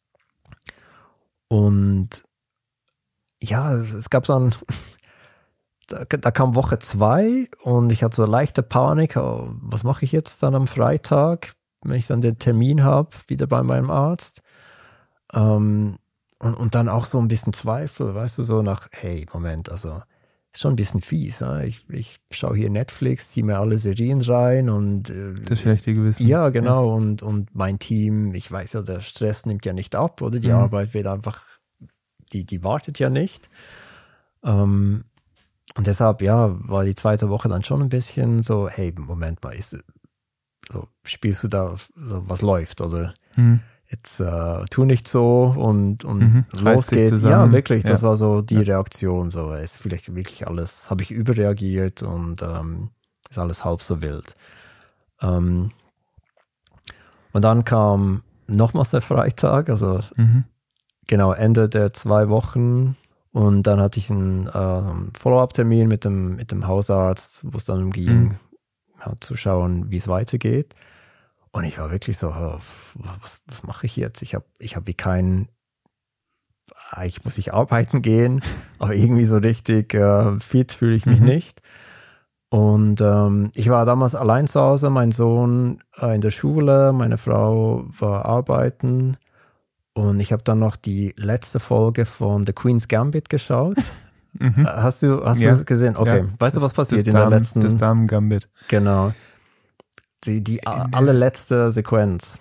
und ja, es gab dann, da, da kam Woche zwei und ich hatte so leichte Panik, oh, was mache ich jetzt dann am Freitag, wenn ich dann den Termin habe, wieder bei meinem Arzt ähm, und, und dann auch so ein bisschen Zweifel, weißt du, so nach, hey, Moment, also ist schon ein bisschen fies. Ne? Ich, ich schaue hier Netflix, ziehe mir alle Serien rein und äh, das schlechte Gewissen. Ja, genau. Ja. Und, und mein Team, ich weiß ja, der Stress nimmt ja nicht ab, oder? Die mhm. Arbeit wird einfach, die, die wartet ja nicht. Ähm, und deshalb, ja, war die zweite Woche dann schon ein bisschen so, hey, Moment mal, ist, so, spielst du da, so, was läuft, oder? Mhm. Jetzt äh, tu nicht so und, und mhm. los geht's. Ja, wirklich, das ja. war so die ja. Reaktion. So, ist vielleicht wirklich alles, habe ich überreagiert und ähm, ist alles halb so wild. Ähm, und dann kam nochmals der Freitag, also mhm. genau Ende der zwei Wochen. Und dann hatte ich einen äh, Follow-up-Termin mit dem, mit dem Hausarzt, wo es dann ging, mhm. ja, zu schauen, wie es weitergeht. Und ich war wirklich so, oh, was, was mache ich jetzt? Ich habe ich hab wie keinen, eigentlich muss ich arbeiten gehen, aber irgendwie so richtig äh, fit fühle ich mich mhm. nicht. Und ähm, ich war damals allein zu Hause, mein Sohn äh, in der Schule, meine Frau war arbeiten. Und ich habe dann noch die letzte Folge von The Queen's Gambit geschaut. Mhm. Hast du hast ja. du gesehen? Okay, ja. Weißt du, was passiert in Damen, der letzten? Das Damen-Gambit. Genau. Die, die allerletzte Sequenz.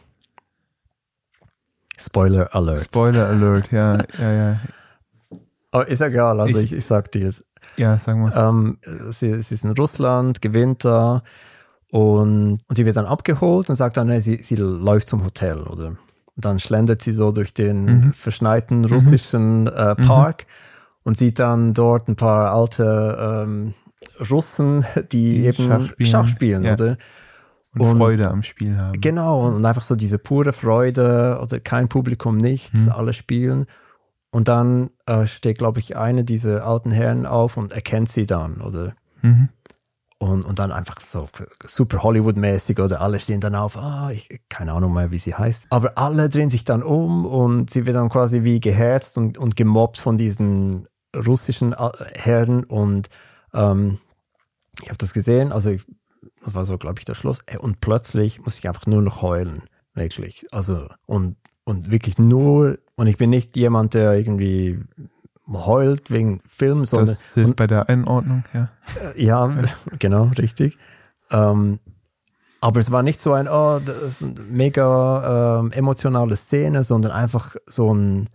Spoiler Alert. Spoiler Alert, ja, ja, ja. Aber ist egal, also ich, ich, ich sag dir es. Ja, sag mal. Ähm, sie, sie ist in Russland, gewinnt da und, und sie wird dann abgeholt und sagt dann, nee, sie, sie läuft zum Hotel, oder? Und dann schlendert sie so durch den mhm. verschneiten russischen mhm. äh, Park mhm. und sieht dann dort ein paar alte ähm, Russen, die, die eben Schach spielen, Schach spielen ja. oder? Und, und Freude am Spiel haben. Genau, und einfach so diese pure Freude, oder kein Publikum, nichts, mhm. alle spielen. Und dann äh, steht, glaube ich, eine dieser alten Herren auf und erkennt sie dann, oder? Mhm. Und, und dann einfach so super Hollywood-mäßig, oder alle stehen dann auf, ah, ich, keine Ahnung mehr, wie sie heißt. Aber alle drehen sich dann um und sie wird dann quasi wie geherzt und, und gemobbt von diesen russischen Herren. Und ähm, ich habe das gesehen, also ich, das war so, glaube ich, der Schluss. Und plötzlich muss ich einfach nur noch heulen, wirklich. Also, und, und wirklich nur, und ich bin nicht jemand, der irgendwie heult wegen Film, sondern. Das hilft und, bei der Einordnung, ja. Äh, ja, ja, genau, richtig. Ähm, aber es war nicht so ein, oh, das ist eine mega ähm, emotionale Szene, sondern einfach so ein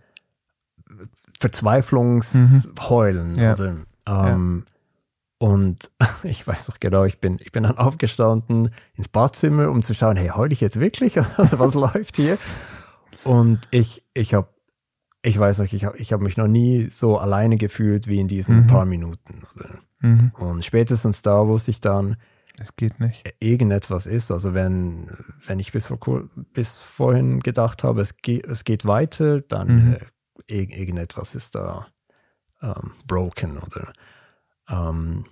Verzweiflungsheulen. Mhm. Ja. Also, ähm, ja. Und ich weiß noch genau, ich bin, ich bin dann aufgestanden ins Badzimmer, um zu schauen, hey, heule ich jetzt wirklich? Was läuft hier? Und ich, ich habe, ich weiß noch, ich habe ich hab mich noch nie so alleine gefühlt wie in diesen mhm. paar Minuten. Oder? Mhm. Und spätestens da wusste ich dann, es geht nicht. Irgendetwas ist. Also wenn, wenn ich bis, vor, bis vorhin gedacht habe, es geht, es geht weiter, dann mhm. äh, irgendetwas ist da ähm, broken, oder? Ähm,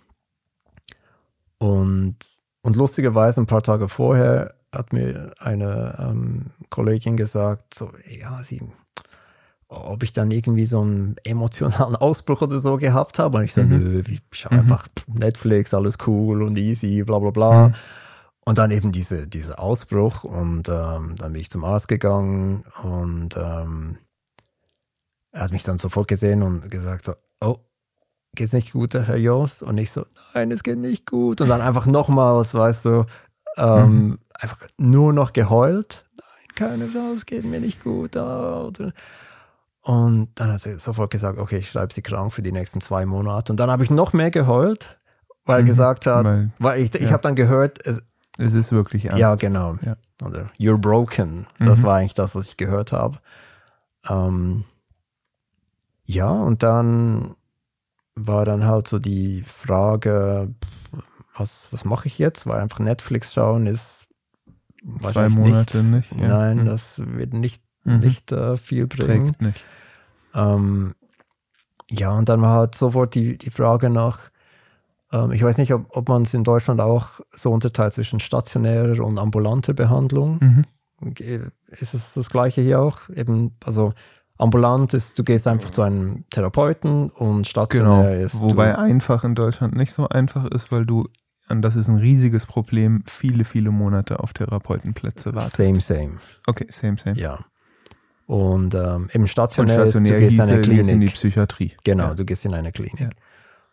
und, und lustigerweise ein paar Tage vorher hat mir eine ähm, Kollegin gesagt, so, ja, sie, ob ich dann irgendwie so einen emotionalen Ausbruch oder so gehabt habe. Und ich so, mhm. nö, ich schau mhm. einfach Netflix, alles cool und easy, bla bla bla. Mhm. Und dann eben diese, dieser Ausbruch und ähm, dann bin ich zum Arzt gegangen und ähm, er hat mich dann sofort gesehen und gesagt so, oh, geht's nicht gut, Herr Jost? Und ich so, nein, es geht nicht gut. Und dann einfach nochmals, weißt du, ähm, mhm. einfach nur noch geheult. Nein, keine Chance, es geht mir nicht gut. Ah, oder. Und dann hat sie sofort gesagt, okay, ich schreibe sie krank für die nächsten zwei Monate. Und dann habe ich noch mehr geheult, weil er mhm. gesagt hat, weil, weil ich, ich ja. habe dann gehört, es, es ist wirklich ernst. Ja, genau. Ja. Oder you're broken. Das mhm. war eigentlich das, was ich gehört habe. Ähm, ja, und dann war dann halt so die Frage, was, was mache ich jetzt? Weil einfach Netflix schauen ist zwei Monate nicht. nicht ja. Nein, mhm. das wird nicht, mhm. nicht äh, viel bringen. Trägt nicht. Ähm, ja, und dann war halt sofort die, die Frage nach, ähm, ich weiß nicht, ob, ob man es in Deutschland auch so unterteilt zwischen stationärer und ambulanter Behandlung. Mhm. Ist es das Gleiche hier auch? Eben, also ambulant ist, du gehst einfach zu einem Therapeuten und stationär genau. ist. Wobei einfach in Deutschland nicht so einfach ist, weil du, und das ist ein riesiges Problem, viele, viele Monate auf Therapeutenplätze wartest. Same, same. Okay, same, same. Ja. Und ähm, im stationär, und stationär ist, du gehst in eine Klinik. in die Psychiatrie. Genau, ja. du gehst in eine Klinik. Ja.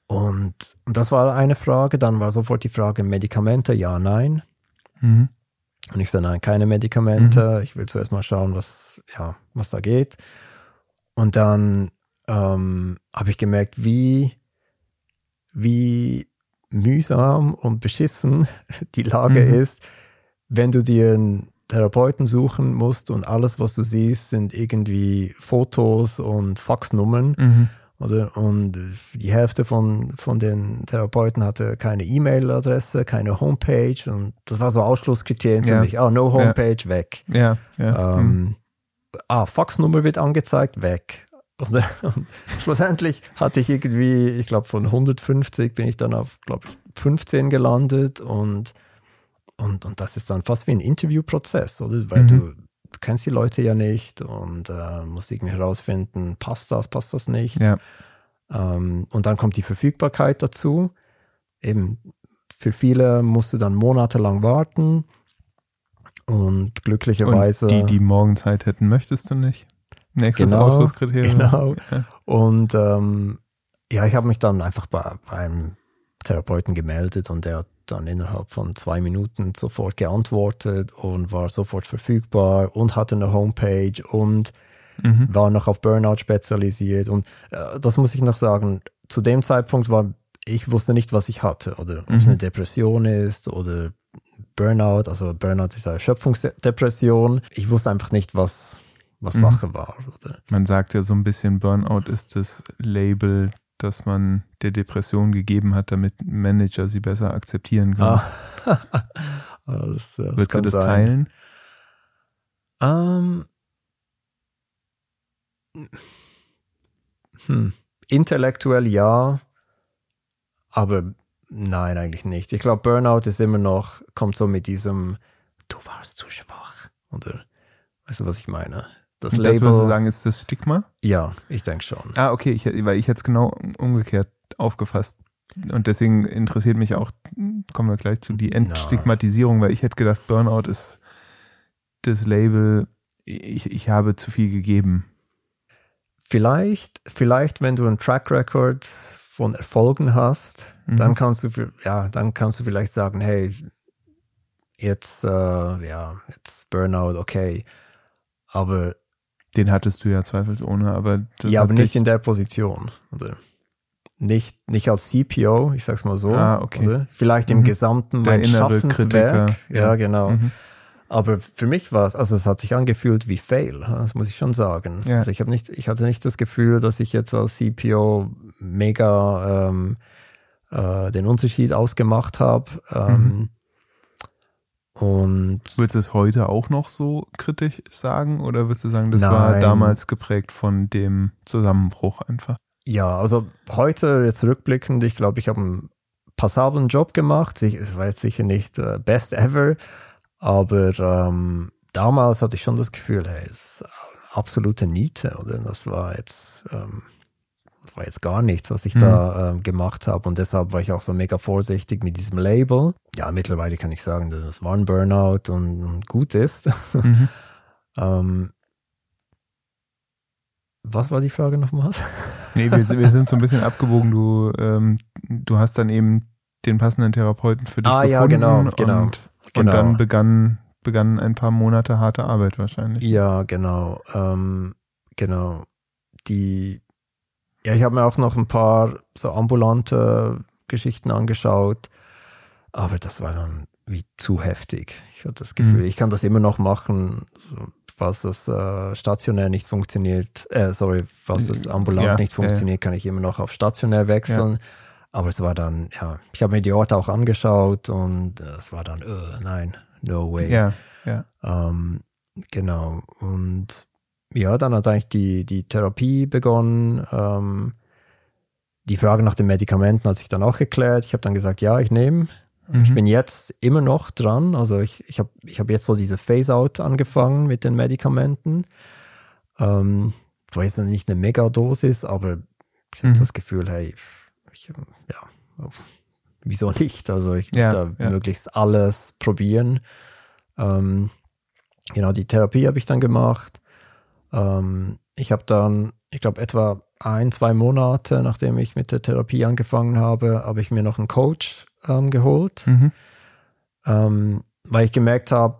Und, und das war eine Frage. Dann war sofort die Frage, Medikamente, ja, nein. Mhm. Und ich so, nein, keine Medikamente. Mhm. Ich will zuerst mal schauen, was, ja, was da geht. Und dann ähm, habe ich gemerkt, wie, wie mühsam und beschissen die Lage mhm. ist, wenn du dir einen Therapeuten suchen musst und alles, was du siehst, sind irgendwie Fotos und Faxnummern. Mhm. Oder? Und die Hälfte von, von den Therapeuten hatte keine E-Mail-Adresse, keine Homepage. Und das war so Ausschlusskriterien für ja. mich. Ah, no Homepage, ja. weg. Ja, ja. Ähm, mhm. Ah, Faxnummer wird angezeigt, weg. Und, und schlussendlich hatte ich irgendwie, ich glaube von hundertfünfzig bin ich dann auf, glaube ich, fünfzehn gelandet. Und, und, und das ist dann fast wie ein Interviewprozess, oder? Weil mhm. du Du kennst die Leute ja nicht und äh, musst irgendwie herausfinden, passt das, passt das nicht. Ja. Ähm, und dann kommt die Verfügbarkeit dazu. Eben für viele musst du dann monatelang warten und glücklicherweise... Und die, die morgen Zeit hätten, möchtest du nicht? Nächstes genau, Ausschlusskriterium. Genau. Ja. Und ähm, ja, ich habe mich dann einfach bei, beim Therapeuten gemeldet und der hat dann innerhalb von zwei Minuten sofort geantwortet und war sofort verfügbar und hatte eine Homepage und mhm. war noch auf Burnout spezialisiert. Und äh, das muss ich noch sagen, zu dem Zeitpunkt war, ich wusste nicht, was ich hatte oder ob mhm. es eine Depression ist oder Burnout. Also Burnout ist eine Erschöpfungsdepression. Ich wusste einfach nicht, was, was mhm. Sache war. Oder? Man sagt ja so ein bisschen, Burnout ist das Label, das man der Depression gegeben hat, damit Manager sie besser akzeptieren können. Ah. das, das Würdest du das sein. teilen? Ähm, hm. Intellektuell ja, aber nein, eigentlich nicht. Ich glaube, Burnout ist immer noch, kommt so mit diesem, du warst zu schwach. Oder, weißt du, was ich meine? Das Und Label, das, was du sagen, ist das Stigma? Ja, ich denke schon. Ah, okay, ich, weil ich hätte es genau umgekehrt aufgefasst. Und deswegen interessiert mich auch, kommen wir gleich zu, die Entstigmatisierung, weil ich hätte gedacht, Burnout ist das Label, ich, ich habe zu viel gegeben. Vielleicht, vielleicht, wenn du einen Track Record von Erfolgen hast, mhm. dann kannst du, ja, dann kannst du vielleicht sagen, hey, jetzt, äh, ja, jetzt Burnout, okay. Aber den hattest du ja zweifelsohne, aber das ja, aber nicht in der Position. Also nicht, nicht als C P O, ich sag's mal so. Ah, okay. Also vielleicht im mhm. gesamten der mein innere Schaffenswerk. Kritiker. Ja, ja genau. Mhm. Aber für mich war es, also es hat sich angefühlt wie Fail, das muss ich schon sagen. Ja. Also ich habe nicht, ich hatte nicht das Gefühl, dass ich jetzt als C P O mega ähm, äh, den Unterschied ausgemacht habe. Ähm, mhm. Und würdest du es heute auch noch so kritisch sagen oder würdest du sagen, das Nein. war damals geprägt von dem Zusammenbruch einfach? Ja, also heute jetzt rückblickend, ich glaube, ich habe einen passablen Job gemacht. Es war jetzt sicher nicht äh, best ever, aber ähm, damals hatte ich schon das Gefühl, hey, es ist absolute Niete, oder? Das war jetzt, ähm, das war jetzt gar nichts, was ich mhm. da ähm, gemacht habe und deshalb war ich auch so mega vorsichtig mit diesem Label. Ja, mittlerweile kann ich sagen, das war ein Burnout und, und gut ist. Mhm. ähm, Was war die Frage nochmals? Nee, wir, wir sind so ein bisschen abgebogen. Du, ähm, du hast dann eben den passenden Therapeuten für dich ah, gefunden. Ja, genau, genau, und, genau. Und dann begann, begannen ein paar Monate harte Arbeit wahrscheinlich. Ja, genau. Ähm, genau. Die, ja, ich habe mir auch noch ein paar so ambulante Geschichten angeschaut, aber das war dann wie zu heftig. Ich hatte das Gefühl, mhm. ich kann das immer noch machen, so, falls das äh, stationär nicht funktioniert, äh, sorry, falls das ambulant ja, nicht funktioniert, ja. kann ich immer noch auf stationär wechseln. Ja. Aber es war dann, ja, ich habe mir die Orte auch angeschaut und äh, es war dann, uh, nein, no way. Ja, ja. Ähm, genau. Und ja, dann hat eigentlich die, die Therapie begonnen. Ähm, die Frage nach den Medikamenten hat sich dann auch geklärt. Ich habe dann gesagt, ja, ich nehme. Mhm. Ich bin jetzt immer noch dran. Also ich, ich habe ich hab jetzt so diese Phase-Out angefangen mit den Medikamenten. Ähm, war jetzt nicht eine Megadosis, aber ich mhm. hatte das Gefühl, hey, ich, ja, wieso nicht? Also ich will ja, da ja. möglichst alles probieren. Ähm, genau, die Therapie habe ich dann gemacht. Ähm, ich habe dann ich glaube, etwa ein, zwei Monate, nachdem ich mit der Therapie angefangen habe, habe ich mir noch einen Coach ähm, geholt, Mhm. ähm, weil ich gemerkt habe,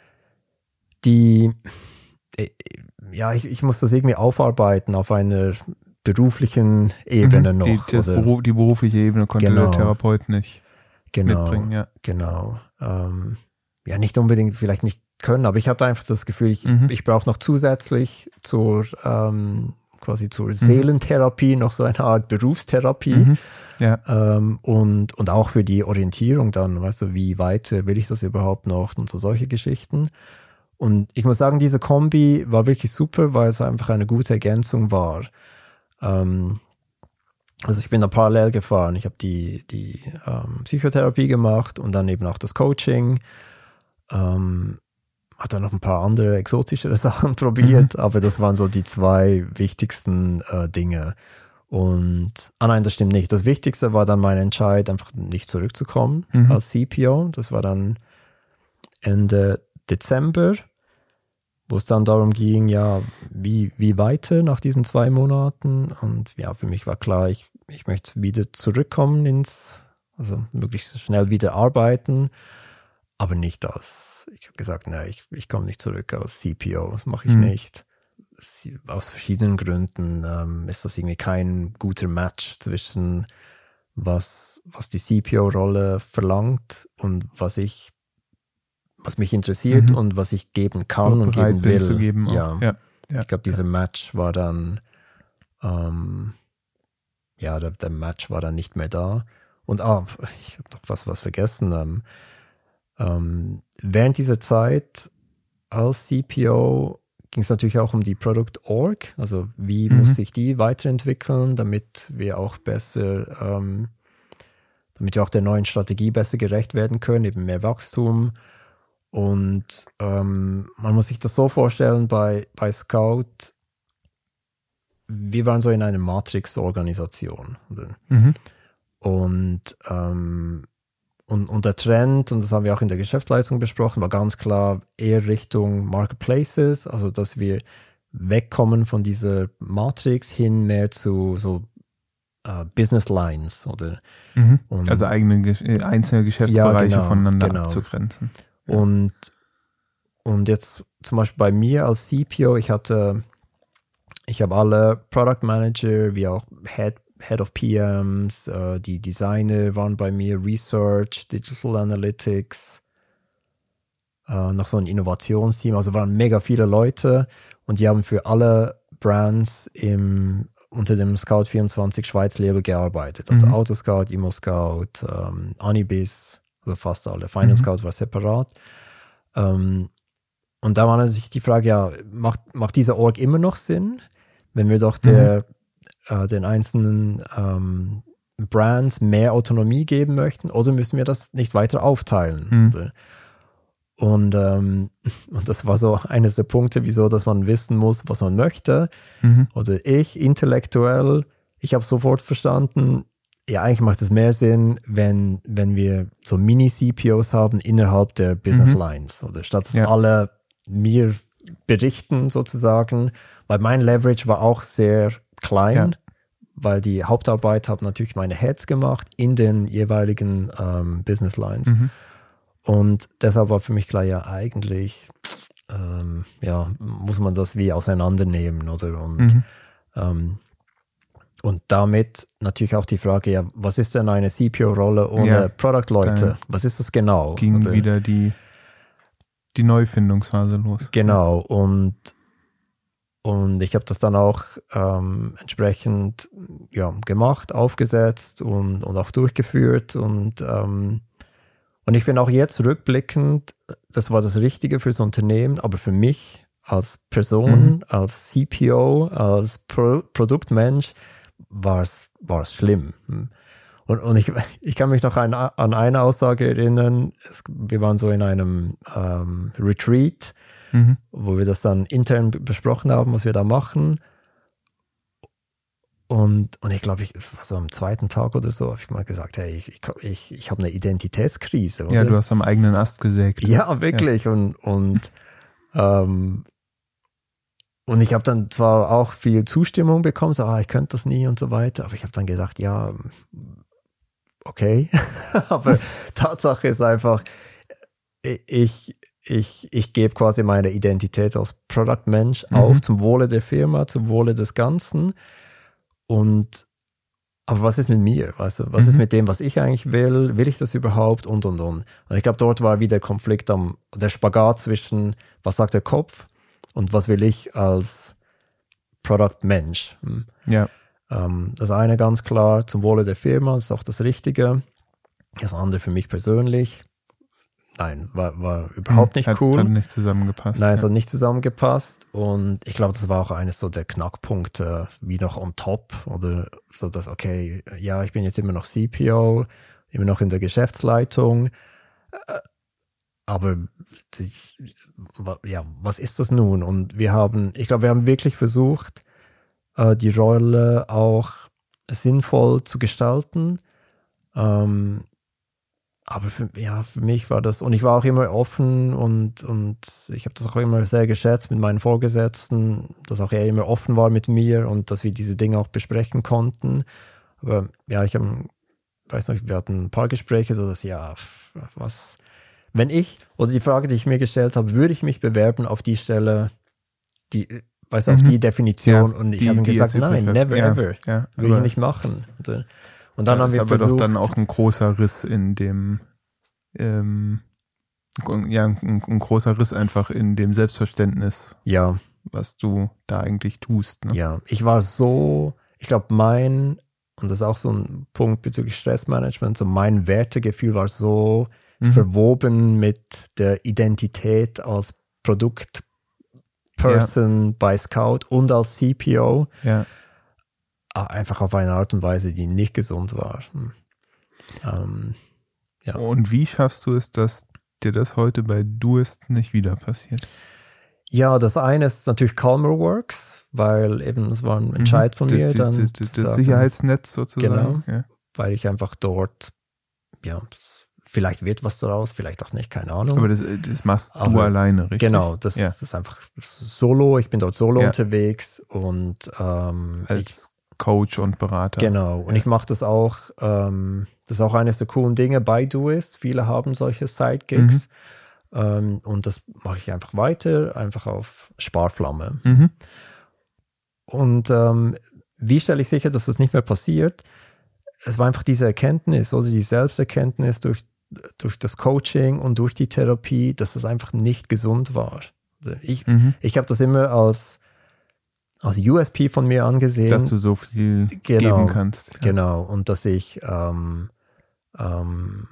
die, äh, ja, ich, ich muss das irgendwie aufarbeiten auf einer beruflichen Ebene Mhm. noch. Die, das oder, Beruf, die berufliche Ebene konnte Genau. der Therapeut nicht genau, mitbringen. Ja. Genau. Ähm, ja, nicht unbedingt, vielleicht nicht können, aber ich hatte einfach das Gefühl, ich, Mhm. ich brauche noch zusätzlich zur ähm, quasi zur Seelentherapie noch so eine Art Berufstherapie. Mhm. Ja. Ähm, und, und auch für die Orientierung dann, weißt du, wie weit will ich das überhaupt noch und so solche Geschichten. Und ich muss sagen, diese Kombi war wirklich super, weil es einfach eine gute Ergänzung war. Ähm, also ich bin da parallel gefahren. Ich habe die, die ähm, Psychotherapie gemacht und dann eben auch das Coaching. Ähm, hat dann noch ein paar andere exotischere Sachen probiert, mhm. aber das waren so die zwei wichtigsten äh, Dinge. Und, ah nein, das stimmt nicht. Das Wichtigste war dann mein Entscheid, einfach nicht zurückzukommen mhm. als C P O. Das war dann Ende Dezember, wo es dann darum ging, ja, wie, wie weiter nach diesen zwei Monaten. Und ja, für mich war klar, ich, ich möchte wieder zurückkommen ins, also möglichst schnell wieder arbeiten. Aber nicht als, ich habe gesagt, nein, ich, ich komme nicht zurück als C P O, das mache ich mhm. nicht. Aus verschiedenen Gründen ähm, ist das irgendwie kein guter Match zwischen was, was die C P O-Rolle verlangt und was ich, was mich interessiert mhm. und was ich geben kann und geben will. Zu geben ja. Ja. Ja. Ich glaube, dieser ja. Match war dann, ähm, ja, der, der Match war dann nicht mehr da. Und ah, ich habe doch was, was vergessen. Ähm, Ähm, während dieser Zeit als C P O ging es natürlich auch um die Product Org, also wie mhm. muss sich die weiterentwickeln, damit wir auch besser, ähm, damit wir auch der neuen Strategie besser gerecht werden können, eben mehr Wachstum. Und ähm, man muss sich das so vorstellen, bei, bei Scout, wir waren so in einer Matrix-Organisation. Mhm. Und ähm, Und, und der Trend, und das haben wir auch in der Geschäftsleitung besprochen, war ganz klar eher Richtung Marketplaces, also dass wir wegkommen von dieser Matrix hin mehr zu so uh, Business Lines. Oder, mhm. und, also eigene einzelne Geschäftsbereiche ja, genau, voneinander genau. abzugrenzen. Ja. Und, und jetzt zum Beispiel bei mir als C P O, ich hatte, ich habe alle Product Manager wie auch Head Head of P Ms, uh, die Designer waren bei mir, Research, Digital Analytics, uh, noch so ein Innovationsteam, also waren mega viele Leute und die haben für alle Brands im, unter dem Scout vierundzwanzig Schweiz Label gearbeitet, also mhm. Autoscout, ImmoScout, um, Anibis, also fast alle, Finance Scout mhm. war separat. Um, und da war natürlich die Frage, ja, macht, macht dieser Org immer noch Sinn, wenn wir doch der mhm. den einzelnen ähm, Brands mehr Autonomie geben möchten, oder müssen wir das nicht weiter aufteilen? Mhm. Und, ähm, und das war so eines der Punkte, wieso, dass man wissen muss, was man möchte. Mhm. Oder ich intellektuell, ich habe sofort verstanden, ja, eigentlich macht es mehr Sinn, wenn, wenn wir so Mini-C P Os haben innerhalb der Business mhm. Lines. Oder statt dass ja. alle mir berichten sozusagen, weil mein Leverage war auch sehr klein, ja. weil die Hauptarbeit haben natürlich meine Heads gemacht in den jeweiligen ähm, Business Lines. Mhm. Und deshalb war für mich klar, ja, eigentlich ähm, ja, muss man das wie auseinandernehmen, oder? Und, mhm. ähm, und damit natürlich auch die Frage, ja, was ist denn eine C P O-Rolle ohne ja, Product-Leute? Was ist das genau? Ging oder? wieder die, die Neufindungsphase los. Genau, und Und ich habe das dann auch ähm, entsprechend ja, gemacht, aufgesetzt und, und auch durchgeführt. Und, ähm, und ich finde auch jetzt rückblickend, das war das Richtige fürs Unternehmen, aber für mich als Person, mhm. als C P O, als Pro- Produktmensch war es war es schlimm. Und, und ich, ich kann mich noch an, an eine Aussage erinnern. Es, wir waren so in einem ähm, Retreat, Mhm. wo wir das dann intern besprochen haben, was wir da machen. Und, und ich glaube, es war so am zweiten Tag oder so, habe ich mal gesagt, hey, ich, ich, ich, ich habe eine Identitätskrise. Oder? Ja, du hast am eigenen Ast gesägt. Ja, wirklich. Ja. Und, und, ähm, Und ich habe dann zwar auch viel Zustimmung bekommen, so, ah, ich könnte das nie und so weiter, aber ich habe dann gedacht, ja, okay. Aber Tatsache ist einfach, ich, ich, ich gebe quasi meine Identität als Product-Mensch mhm. auf, zum Wohle der Firma, zum Wohle des Ganzen. Und aber was ist mit mir? Weißt du, was mhm. ist mit dem, was ich eigentlich will? Will ich das überhaupt? Und, und, und. Und ich glaube, dort war wieder der Konflikt, am, der Spagat zwischen, was sagt der Kopf und was will ich als Product-Mensch? Hm. Ja. Ähm, das eine ganz klar, zum Wohle der Firma, das ist auch das Richtige. Das andere für mich persönlich, nein, war, war überhaupt nicht hat, cool. Hat nicht zusammengepasst. Nein, ja. es hat nicht zusammengepasst. Und ich glaube, das war auch eines so der Knackpunkte, wie noch on top. Oder so, dass, okay, ja, ich bin jetzt immer noch C P O, immer noch in der Geschäftsleitung. Aber ja, was ist das nun? Und wir haben, ich glaube, wir haben wirklich versucht, die Rolle auch sinnvoll zu gestalten. Ähm, aber für, ja, für mich war das, und ich war auch immer offen und, und ich habe das auch immer sehr geschätzt mit meinen Vorgesetzten, dass auch er immer offen war mit mir und dass wir diese Dinge auch besprechen konnten. Aber ja, ich habe, weiß noch, wir hatten ein paar Gespräche, so dass, ja, was, wenn ich, oder die Frage, die ich mir gestellt habe, würde ich mich bewerben auf die Stelle, die, weißt du, auf mhm. die Definition, ja, und ich habe ihm gesagt, nein, never ja, ever, ja, will ich nicht machen. Und, und dann ja, haben wir ist aber versucht, doch dann auch ein großer Riss in dem, ähm, ja, ein, ein großer Riss einfach in dem Selbstverständnis, ja, was du da eigentlich tust. Ne? Ja, ich war so, ich glaube, mein, und das ist auch so ein Punkt bezüglich Stressmanagement, so mein Wertegefühl war so mhm. verwoben mit der Identität als Produktperson ja. bei Scout und als C P O. Ja. Einfach auf eine Art und Weise, die nicht gesund war. Ähm, ja. Und wie schaffst du es, dass dir das heute bei Doist nicht wieder passiert? Ja, das eine ist natürlich Calmer Works, weil eben, das war ein Entscheid von das, mir. Das, dann das, das Sicherheitsnetz sozusagen. Genau, ja. Weil ich einfach dort, ja, vielleicht wird was daraus, vielleicht auch nicht, keine Ahnung. Aber das, das machst Aber du alleine, richtig? Genau, das, ja. das ist einfach solo, ich bin dort solo ja. unterwegs und ähm, als ich, Coach und Berater. Genau, und ja. ich mache das auch, ähm, das ist auch eines der coolen Dinge bei Doist. Viele haben solche Side-Gigs mhm. ähm, und das mache ich einfach weiter, einfach auf Sparflamme. Mhm. Und ähm, wie stelle ich sicher, dass das nicht mehr passiert? Es war einfach diese Erkenntnis, oder die Selbsterkenntnis durch, durch das Coaching und durch die Therapie, dass das einfach nicht gesund war. Ich, mhm. ich habe das immer als als U S P von mir angesehen. Dass du so viel genau, geben kannst. Ja. Genau, und dass ich ähm, ähm,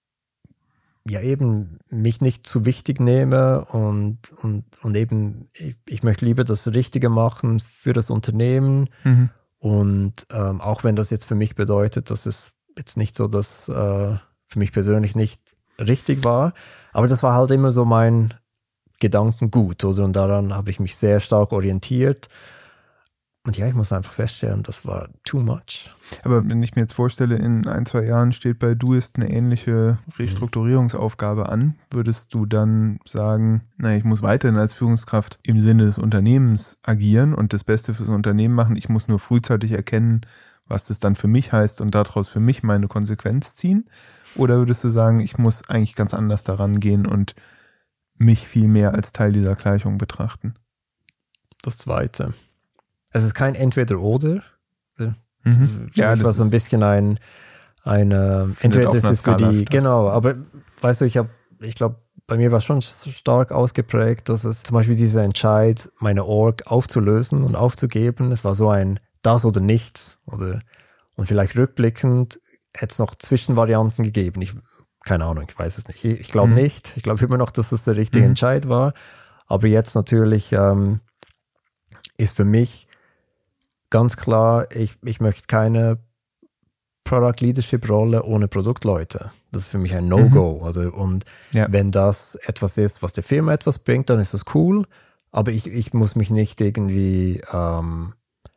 ja eben mich nicht zu wichtig nehme und, und, und eben, ich, ich möchte lieber das Richtige machen für das Unternehmen mhm. und ähm, auch wenn das jetzt für mich bedeutet, dass es jetzt nicht so, dass äh, für mich persönlich nicht richtig war, aber das war halt immer so mein Gedankengut, oder? Und daran habe ich mich sehr stark orientiert. Und ja, ich muss einfach feststellen, das war too much. Aber wenn ich mir jetzt vorstelle, in ein, zwei Jahren steht bei Doist eine ähnliche Restrukturierungsaufgabe an, würdest du dann sagen, naja, ich muss weiterhin als Führungskraft im Sinne des Unternehmens agieren und das Beste fürs Unternehmen machen, ich muss nur frühzeitig erkennen, was das dann für mich heißt und daraus für mich meine Konsequenz ziehen? Oder würdest du sagen, ich muss eigentlich ganz anders daran gehen und mich viel mehr als Teil dieser Gleichung betrachten? Das Zweite. Es ist kein Entweder-Oder. Mhm. Ja, das war so ein bisschen ein, eine, entweder ist es für die, statt. Genau, aber weißt du, ich habe, ich glaube, bei mir war es schon stark ausgeprägt, dass es zum Beispiel dieser Entscheid, meine Org aufzulösen und aufzugeben, es war so ein das oder nichts, oder, und vielleicht rückblickend hätte es noch Zwischenvarianten gegeben. Ich, keine Ahnung, ich weiß es nicht. Ich, ich glaube mhm. nicht. Ich glaube immer noch, dass es der richtige mhm. Entscheid war. Aber jetzt natürlich ähm, ist für mich ganz klar, ich, ich möchte keine Product Leadership Rolle ohne Produktleute. Das ist für mich ein No-Go. Mhm. Oder? Und ja. wenn das etwas ist, was der Firma etwas bringt, dann ist das cool. Aber ich, ich muss mich nicht irgendwie, ähm,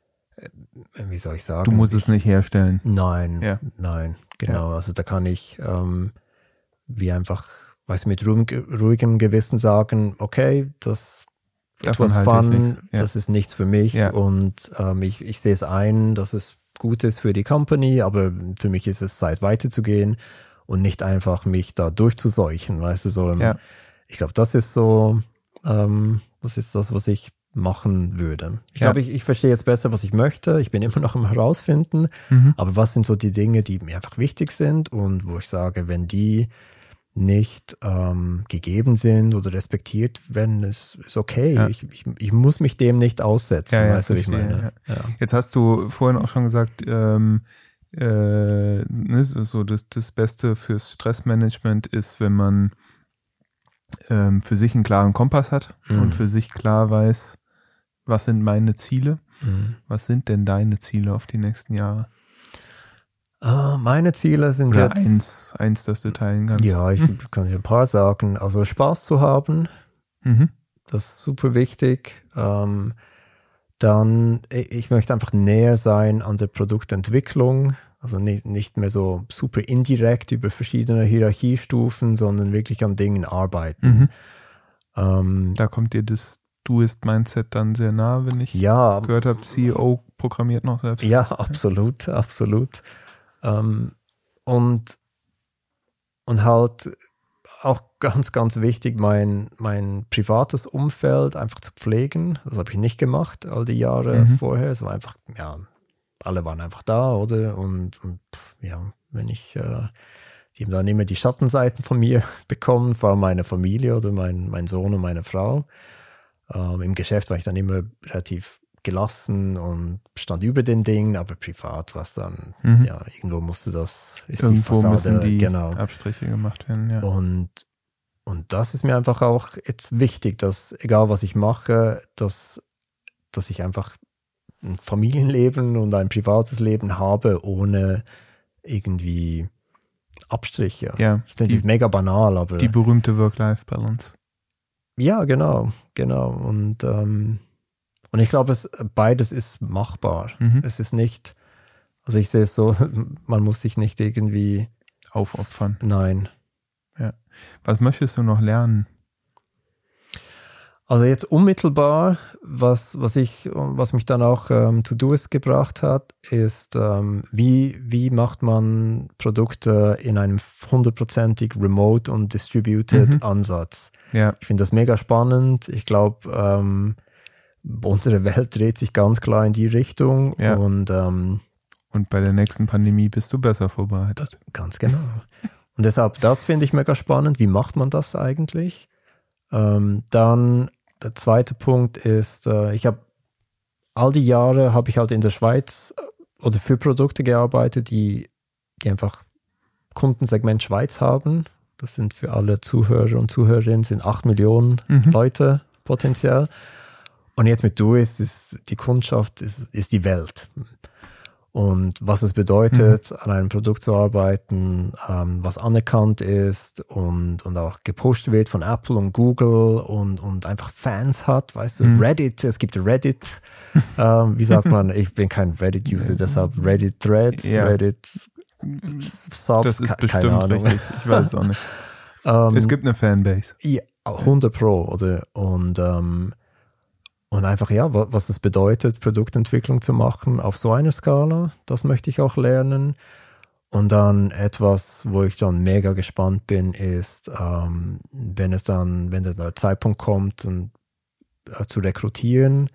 wie soll ich sagen? Du musst ich, es nicht herstellen. Nein, ja. nein, genau. Ja. Also da kann ich ähm, wie einfach, weiß mit ruhig, ruhigem Gewissen sagen, okay, das etwas Fun, ja. das ist nichts für mich ja. und ähm, ich, ich sehe es ein, dass es gut ist für die Company, aber für mich ist es Zeit weiterzugehen und nicht einfach mich da durchzuseuchen, weißt du, so. Ja. Ich glaube, das ist so, ähm, das ist das, was ich machen würde. Ich ja. glaube, ich, ich verstehe jetzt besser, was ich möchte. Ich bin immer noch am Herausfinden, mhm. aber was sind so die Dinge, die mir einfach wichtig sind und wo ich sage, wenn die nicht ähm, gegeben sind oder respektiert werden, ist, ist okay. Ja. Ich, ich, ich muss mich dem nicht aussetzen, ja, ja, weißt du, wie ich meine? Ja. Ja. Jetzt hast du vorhin auch schon gesagt, ähm, äh, ne, so das, das Beste fürs Stressmanagement ist, wenn man ähm, für sich einen klaren Kompass hat mhm. und für sich klar weiß, was sind meine Ziele? Mhm. Was sind denn deine Ziele auf die nächsten Jahre? Uh, meine Ziele sind Oder jetzt... Eins, eins, das du teilen kannst. Ja, ich hm. kann dir ein paar sagen. Also Spaß zu haben, mhm. das ist super wichtig. Ähm, dann, ich möchte einfach näher sein an der Produktentwicklung. Also nicht, nicht mehr so super indirekt über verschiedene Hierarchiestufen, sondern wirklich an Dingen arbeiten. Mhm. Ähm, da kommt dir das Doist-Mindset dann sehr nah, wenn ich ja, gehört habe, C E O programmiert noch selbst. Ja, absolut, absolut. Ähm, und, und halt auch ganz, ganz wichtig, mein, mein privates Umfeld einfach zu pflegen. Das habe ich nicht gemacht, all die Jahre mhm. vorher. Es war einfach, ja, alle waren einfach da, oder? Und, und ja, wenn ich, äh, die haben dann immer die Schattenseiten von mir bekommen, vor allem meine Familie oder mein, mein Sohn und meine Frau. Ähm, Im Geschäft war ich dann immer relativ gelassen und stand über den Dingen, aber privat war es dann, mhm. ja, irgendwo musste das, ist irgendwo die Fassade, müssen die genau. Abstriche gemacht werden, ja. Und, und das ist mir einfach auch jetzt wichtig, dass, egal was ich mache, dass, dass ich einfach ein Familienleben und ein privates Leben habe, ohne irgendwie Abstriche. Ja. Das ist mega banal, aber... Die berühmte Work-Life-Balance. Ja, genau, genau. Und, ähm, und ich glaube, es beides ist machbar. Mhm. Es ist nicht, also ich sehe es so, man muss sich nicht irgendwie aufopfern. Nein. Ja. Was möchtest du noch lernen? Also jetzt unmittelbar, was, was ich, was mich dann auch ähm, zu Doist gebracht hat, ist, ähm, wie, wie macht man Produkte in einem hundertprozentig remote und distributed mhm. Ansatz. Ja. Ich finde das mega spannend. Ich glaube, ähm, unsere Welt dreht sich ganz klar in die Richtung. Ja. Und, ähm, und bei der nächsten Pandemie bist du besser vorbereitet. Ganz genau. Und deshalb, das finde ich mega spannend. Wie macht man das eigentlich? Ähm, dann der zweite Punkt ist, äh, ich habe all die Jahre habe ich halt in der Schweiz oder für Produkte gearbeitet, die, die einfach Kundensegment Schweiz haben. Das sind für alle Zuhörer und Zuhörerinnen sind acht Millionen mhm. Leute potenziell. Und jetzt mit Doist ist die Kundschaft ist, ist die Welt. Und was es bedeutet, mhm. an einem Produkt zu arbeiten, ähm, was anerkannt ist und, und auch gepusht wird von Apple und Google und, und einfach Fans hat, weißt du, mhm. Reddit, es gibt Reddit, ähm, wie sagt man, ich bin kein Reddit-User, deshalb Reddit-Threads, ja. Reddit Subs, das ist ke- bestimmt keine Ahnung. richtig, ich weiß es auch nicht. ähm, es gibt eine Fanbase. Ja, hundert Pro, oder? Und, ähm, Und einfach, ja, was es bedeutet, Produktentwicklung zu machen auf so einer Skala, das möchte ich auch lernen. Und dann etwas, wo ich dann mega gespannt bin, ist, ähm, wenn es dann, wenn der Zeitpunkt kommt, und, äh, zu rekrutieren,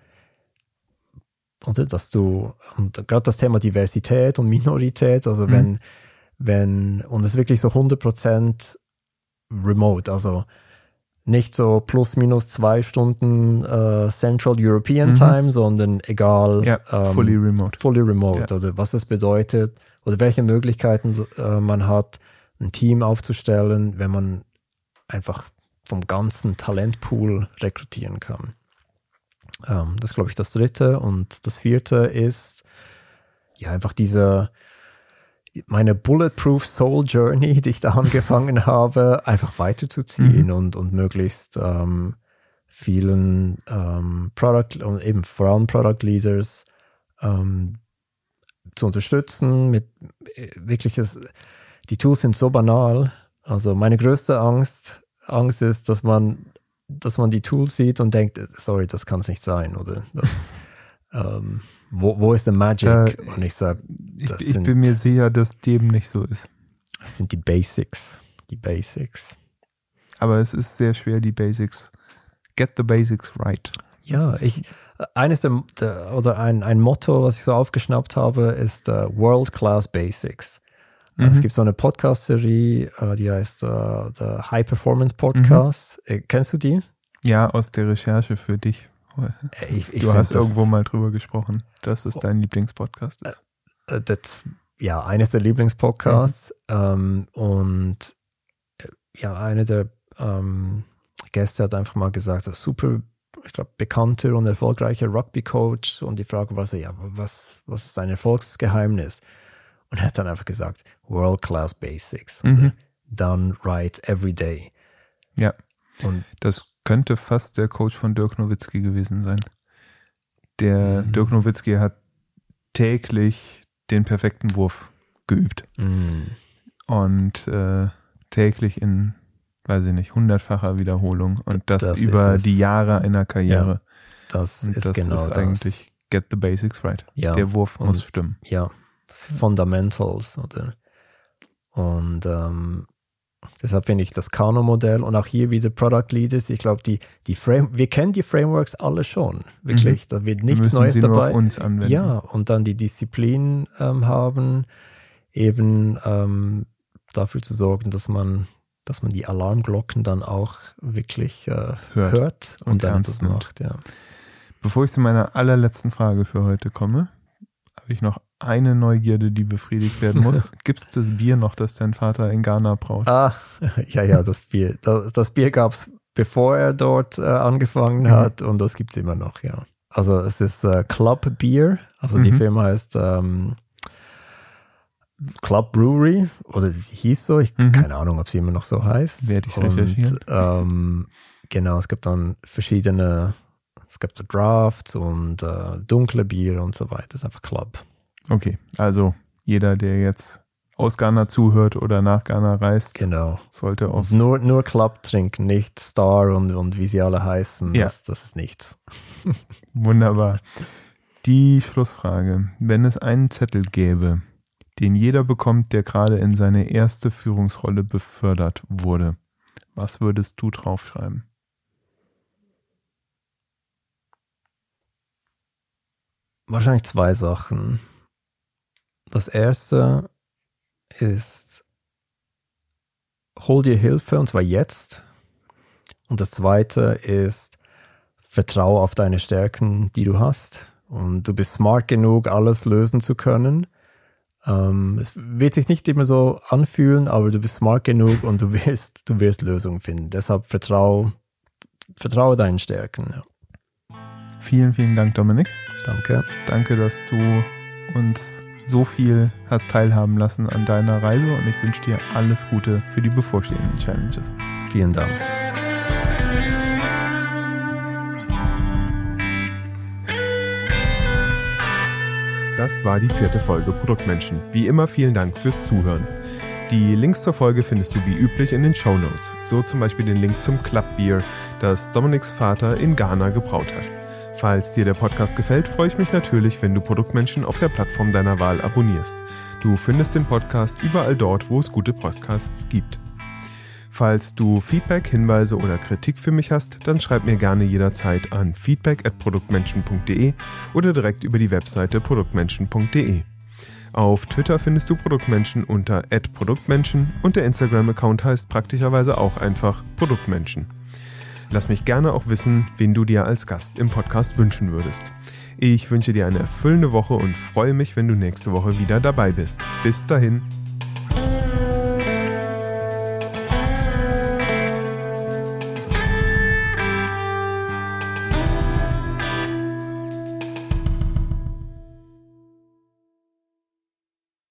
oder dass du, und gerade das Thema Diversität und Minorität, also mhm. wenn, wenn, und es ist wirklich so hundert Prozent remote, also nicht so plus minus zwei Stunden äh, Central European mhm. Time, sondern egal. Ja, ähm, fully remote. Fully remote. Ja. Oder was es bedeutet oder welche Möglichkeiten äh, man hat, ein Team aufzustellen, wenn man einfach vom ganzen Talentpool rekrutieren kann. Ähm, das ist, glaube ich, das dritte. Und das vierte ist ja einfach diese meine Bulletproof Soul Journey, die ich da angefangen habe, einfach weiterzuziehen mhm. und, und möglichst ähm, vielen ähm, Product und eben vor allem Product Leaders ähm, zu unterstützen mit wirkliches, die Tools sind so banal. Also meine größte Angst, Angst ist, dass man dass man die Tools sieht und denkt, sorry, das kann es nicht sein, oder? Das, ähm, wo, wo ist der Magic? Äh, und ich sage, ich, ich bin mir sicher, dass dem nicht so ist. Das sind die Basics, die Basics. Aber es ist sehr schwer, die Basics, get the basics right. Ja, ich, eines der, der oder ein, ein Motto, was ich so aufgeschnappt habe, ist uh, World Class Basics. Mhm. Es gibt so eine Podcast-Serie, uh, die heißt uh, The High Performance Podcast. Mhm. Äh, kennst du die? Ja, aus der Recherche für dich. Ich, ich du hast irgendwo mal drüber gesprochen, dass es dein Lieblingspodcast ist. Uh, das, ja, eines der Lieblingspodcasts. Mhm. Um, und ja, eine der um, Gäste hat einfach mal gesagt, so super, ich glaube, bekannter und erfolgreicher Rugby-Coach. Und die Frage war so, ja, was, was ist sein Erfolgsgeheimnis? Und er hat dann einfach gesagt, World-Class Basics. Mhm. Done right every day. Ja, und das könnte fast der Coach von Dirk Nowitzki gewesen sein. Der mhm. Dirk Nowitzki hat täglich den perfekten Wurf geübt. Mhm. Und äh, täglich in, weiß ich nicht, hundertfacher Wiederholung. Und das, das über die Jahre einer Karriere. Ja, das und ist das genau ist das. eigentlich get the basics right. Ja, der Wurf und, muss stimmen. Ja, Fundamentals. Oder? Und ähm, deshalb finde ich das Kano-Modell und auch hier wieder Product Leaders. Ich glaube, die, die Frame, wir kennen die Frameworks alle schon. Wirklich, mhm. da wird nichts Neues sie dabei. Nur auf uns anwenden. Ja, und dann die Disziplin ähm, haben, eben ähm, dafür zu sorgen, dass man, dass man die Alarmglocken dann auch wirklich äh, hört, hört und, und dann das macht. Ja. Bevor ich zu meiner allerletzten Frage für heute komme, habe ich noch eine Neugierde, die befriedigt werden muss. Gibt es das Bier noch, das dein Vater in Ghana braut? Ah, ja, ja, das Bier. Das, das Bier gab es, bevor er dort äh, angefangen hat, mhm. und das gibt es immer noch, ja. Also es ist äh, Club Beer, also mhm. die Firma heißt ähm, Club Brewery, oder sie hieß so, ich mhm. keine Ahnung, ob sie immer noch so heißt. Werde ich recherchieren. Und, ähm, genau, es gibt dann verschiedene, es gibt so Drafts und äh, dunkle Bier und so weiter, das ist einfach Club. Okay, also jeder, der jetzt aus Ghana zuhört oder nach Ghana reist, genau. sollte auch und nur, nur Club trinken, nicht Star und, und wie sie alle heißen, ja. das, das ist nichts. Wunderbar. Die Schlussfrage, wenn es einen Zettel gäbe, den jeder bekommt, der gerade in seine erste Führungsrolle befördert wurde, was würdest du draufschreiben? Wahrscheinlich zwei Sachen. Das erste ist, hol dir Hilfe, und zwar jetzt. Und das zweite ist, vertraue auf deine Stärken, die du hast. Und du bist smart genug, alles lösen zu können. Ähm, es wird sich nicht immer so anfühlen, aber du bist smart genug und du wirst, du wirst Lösungen finden. Deshalb vertraue, vertraue deinen Stärken. Ja. Vielen, vielen Dank, Dominik. Danke. Danke, dass du uns so viel hast teilhaben lassen an deiner Reise, und ich wünsche dir alles Gute für die bevorstehenden Challenges. Vielen Dank. Das war die vierte Folge Produktmenschen. Wie immer vielen Dank fürs Zuhören. Die Links zur Folge findest du wie üblich in den Shownotes. So zum Beispiel den Link zum Club Beer, das Dominiks Vater in Ghana gebraut hat. Falls dir der Podcast gefällt, freue ich mich natürlich, wenn du Produktmenschen auf der Plattform deiner Wahl abonnierst. Du findest den Podcast überall dort, wo es gute Podcasts gibt. Falls du Feedback, Hinweise oder Kritik für mich hast, dann schreib mir gerne jederzeit an feedback at produktmenschen punkt de oder direkt über die Webseite produktmenschen punkt de. Auf Twitter findest du Produktmenschen unter at produktmenschen und der Instagram-Account heißt praktischerweise auch einfach Produktmenschen. Lass mich gerne auch wissen, wen du dir als Gast im Podcast wünschen würdest. Ich wünsche dir eine erfüllende Woche und freue mich, wenn du nächste Woche wieder dabei bist. Bis dahin.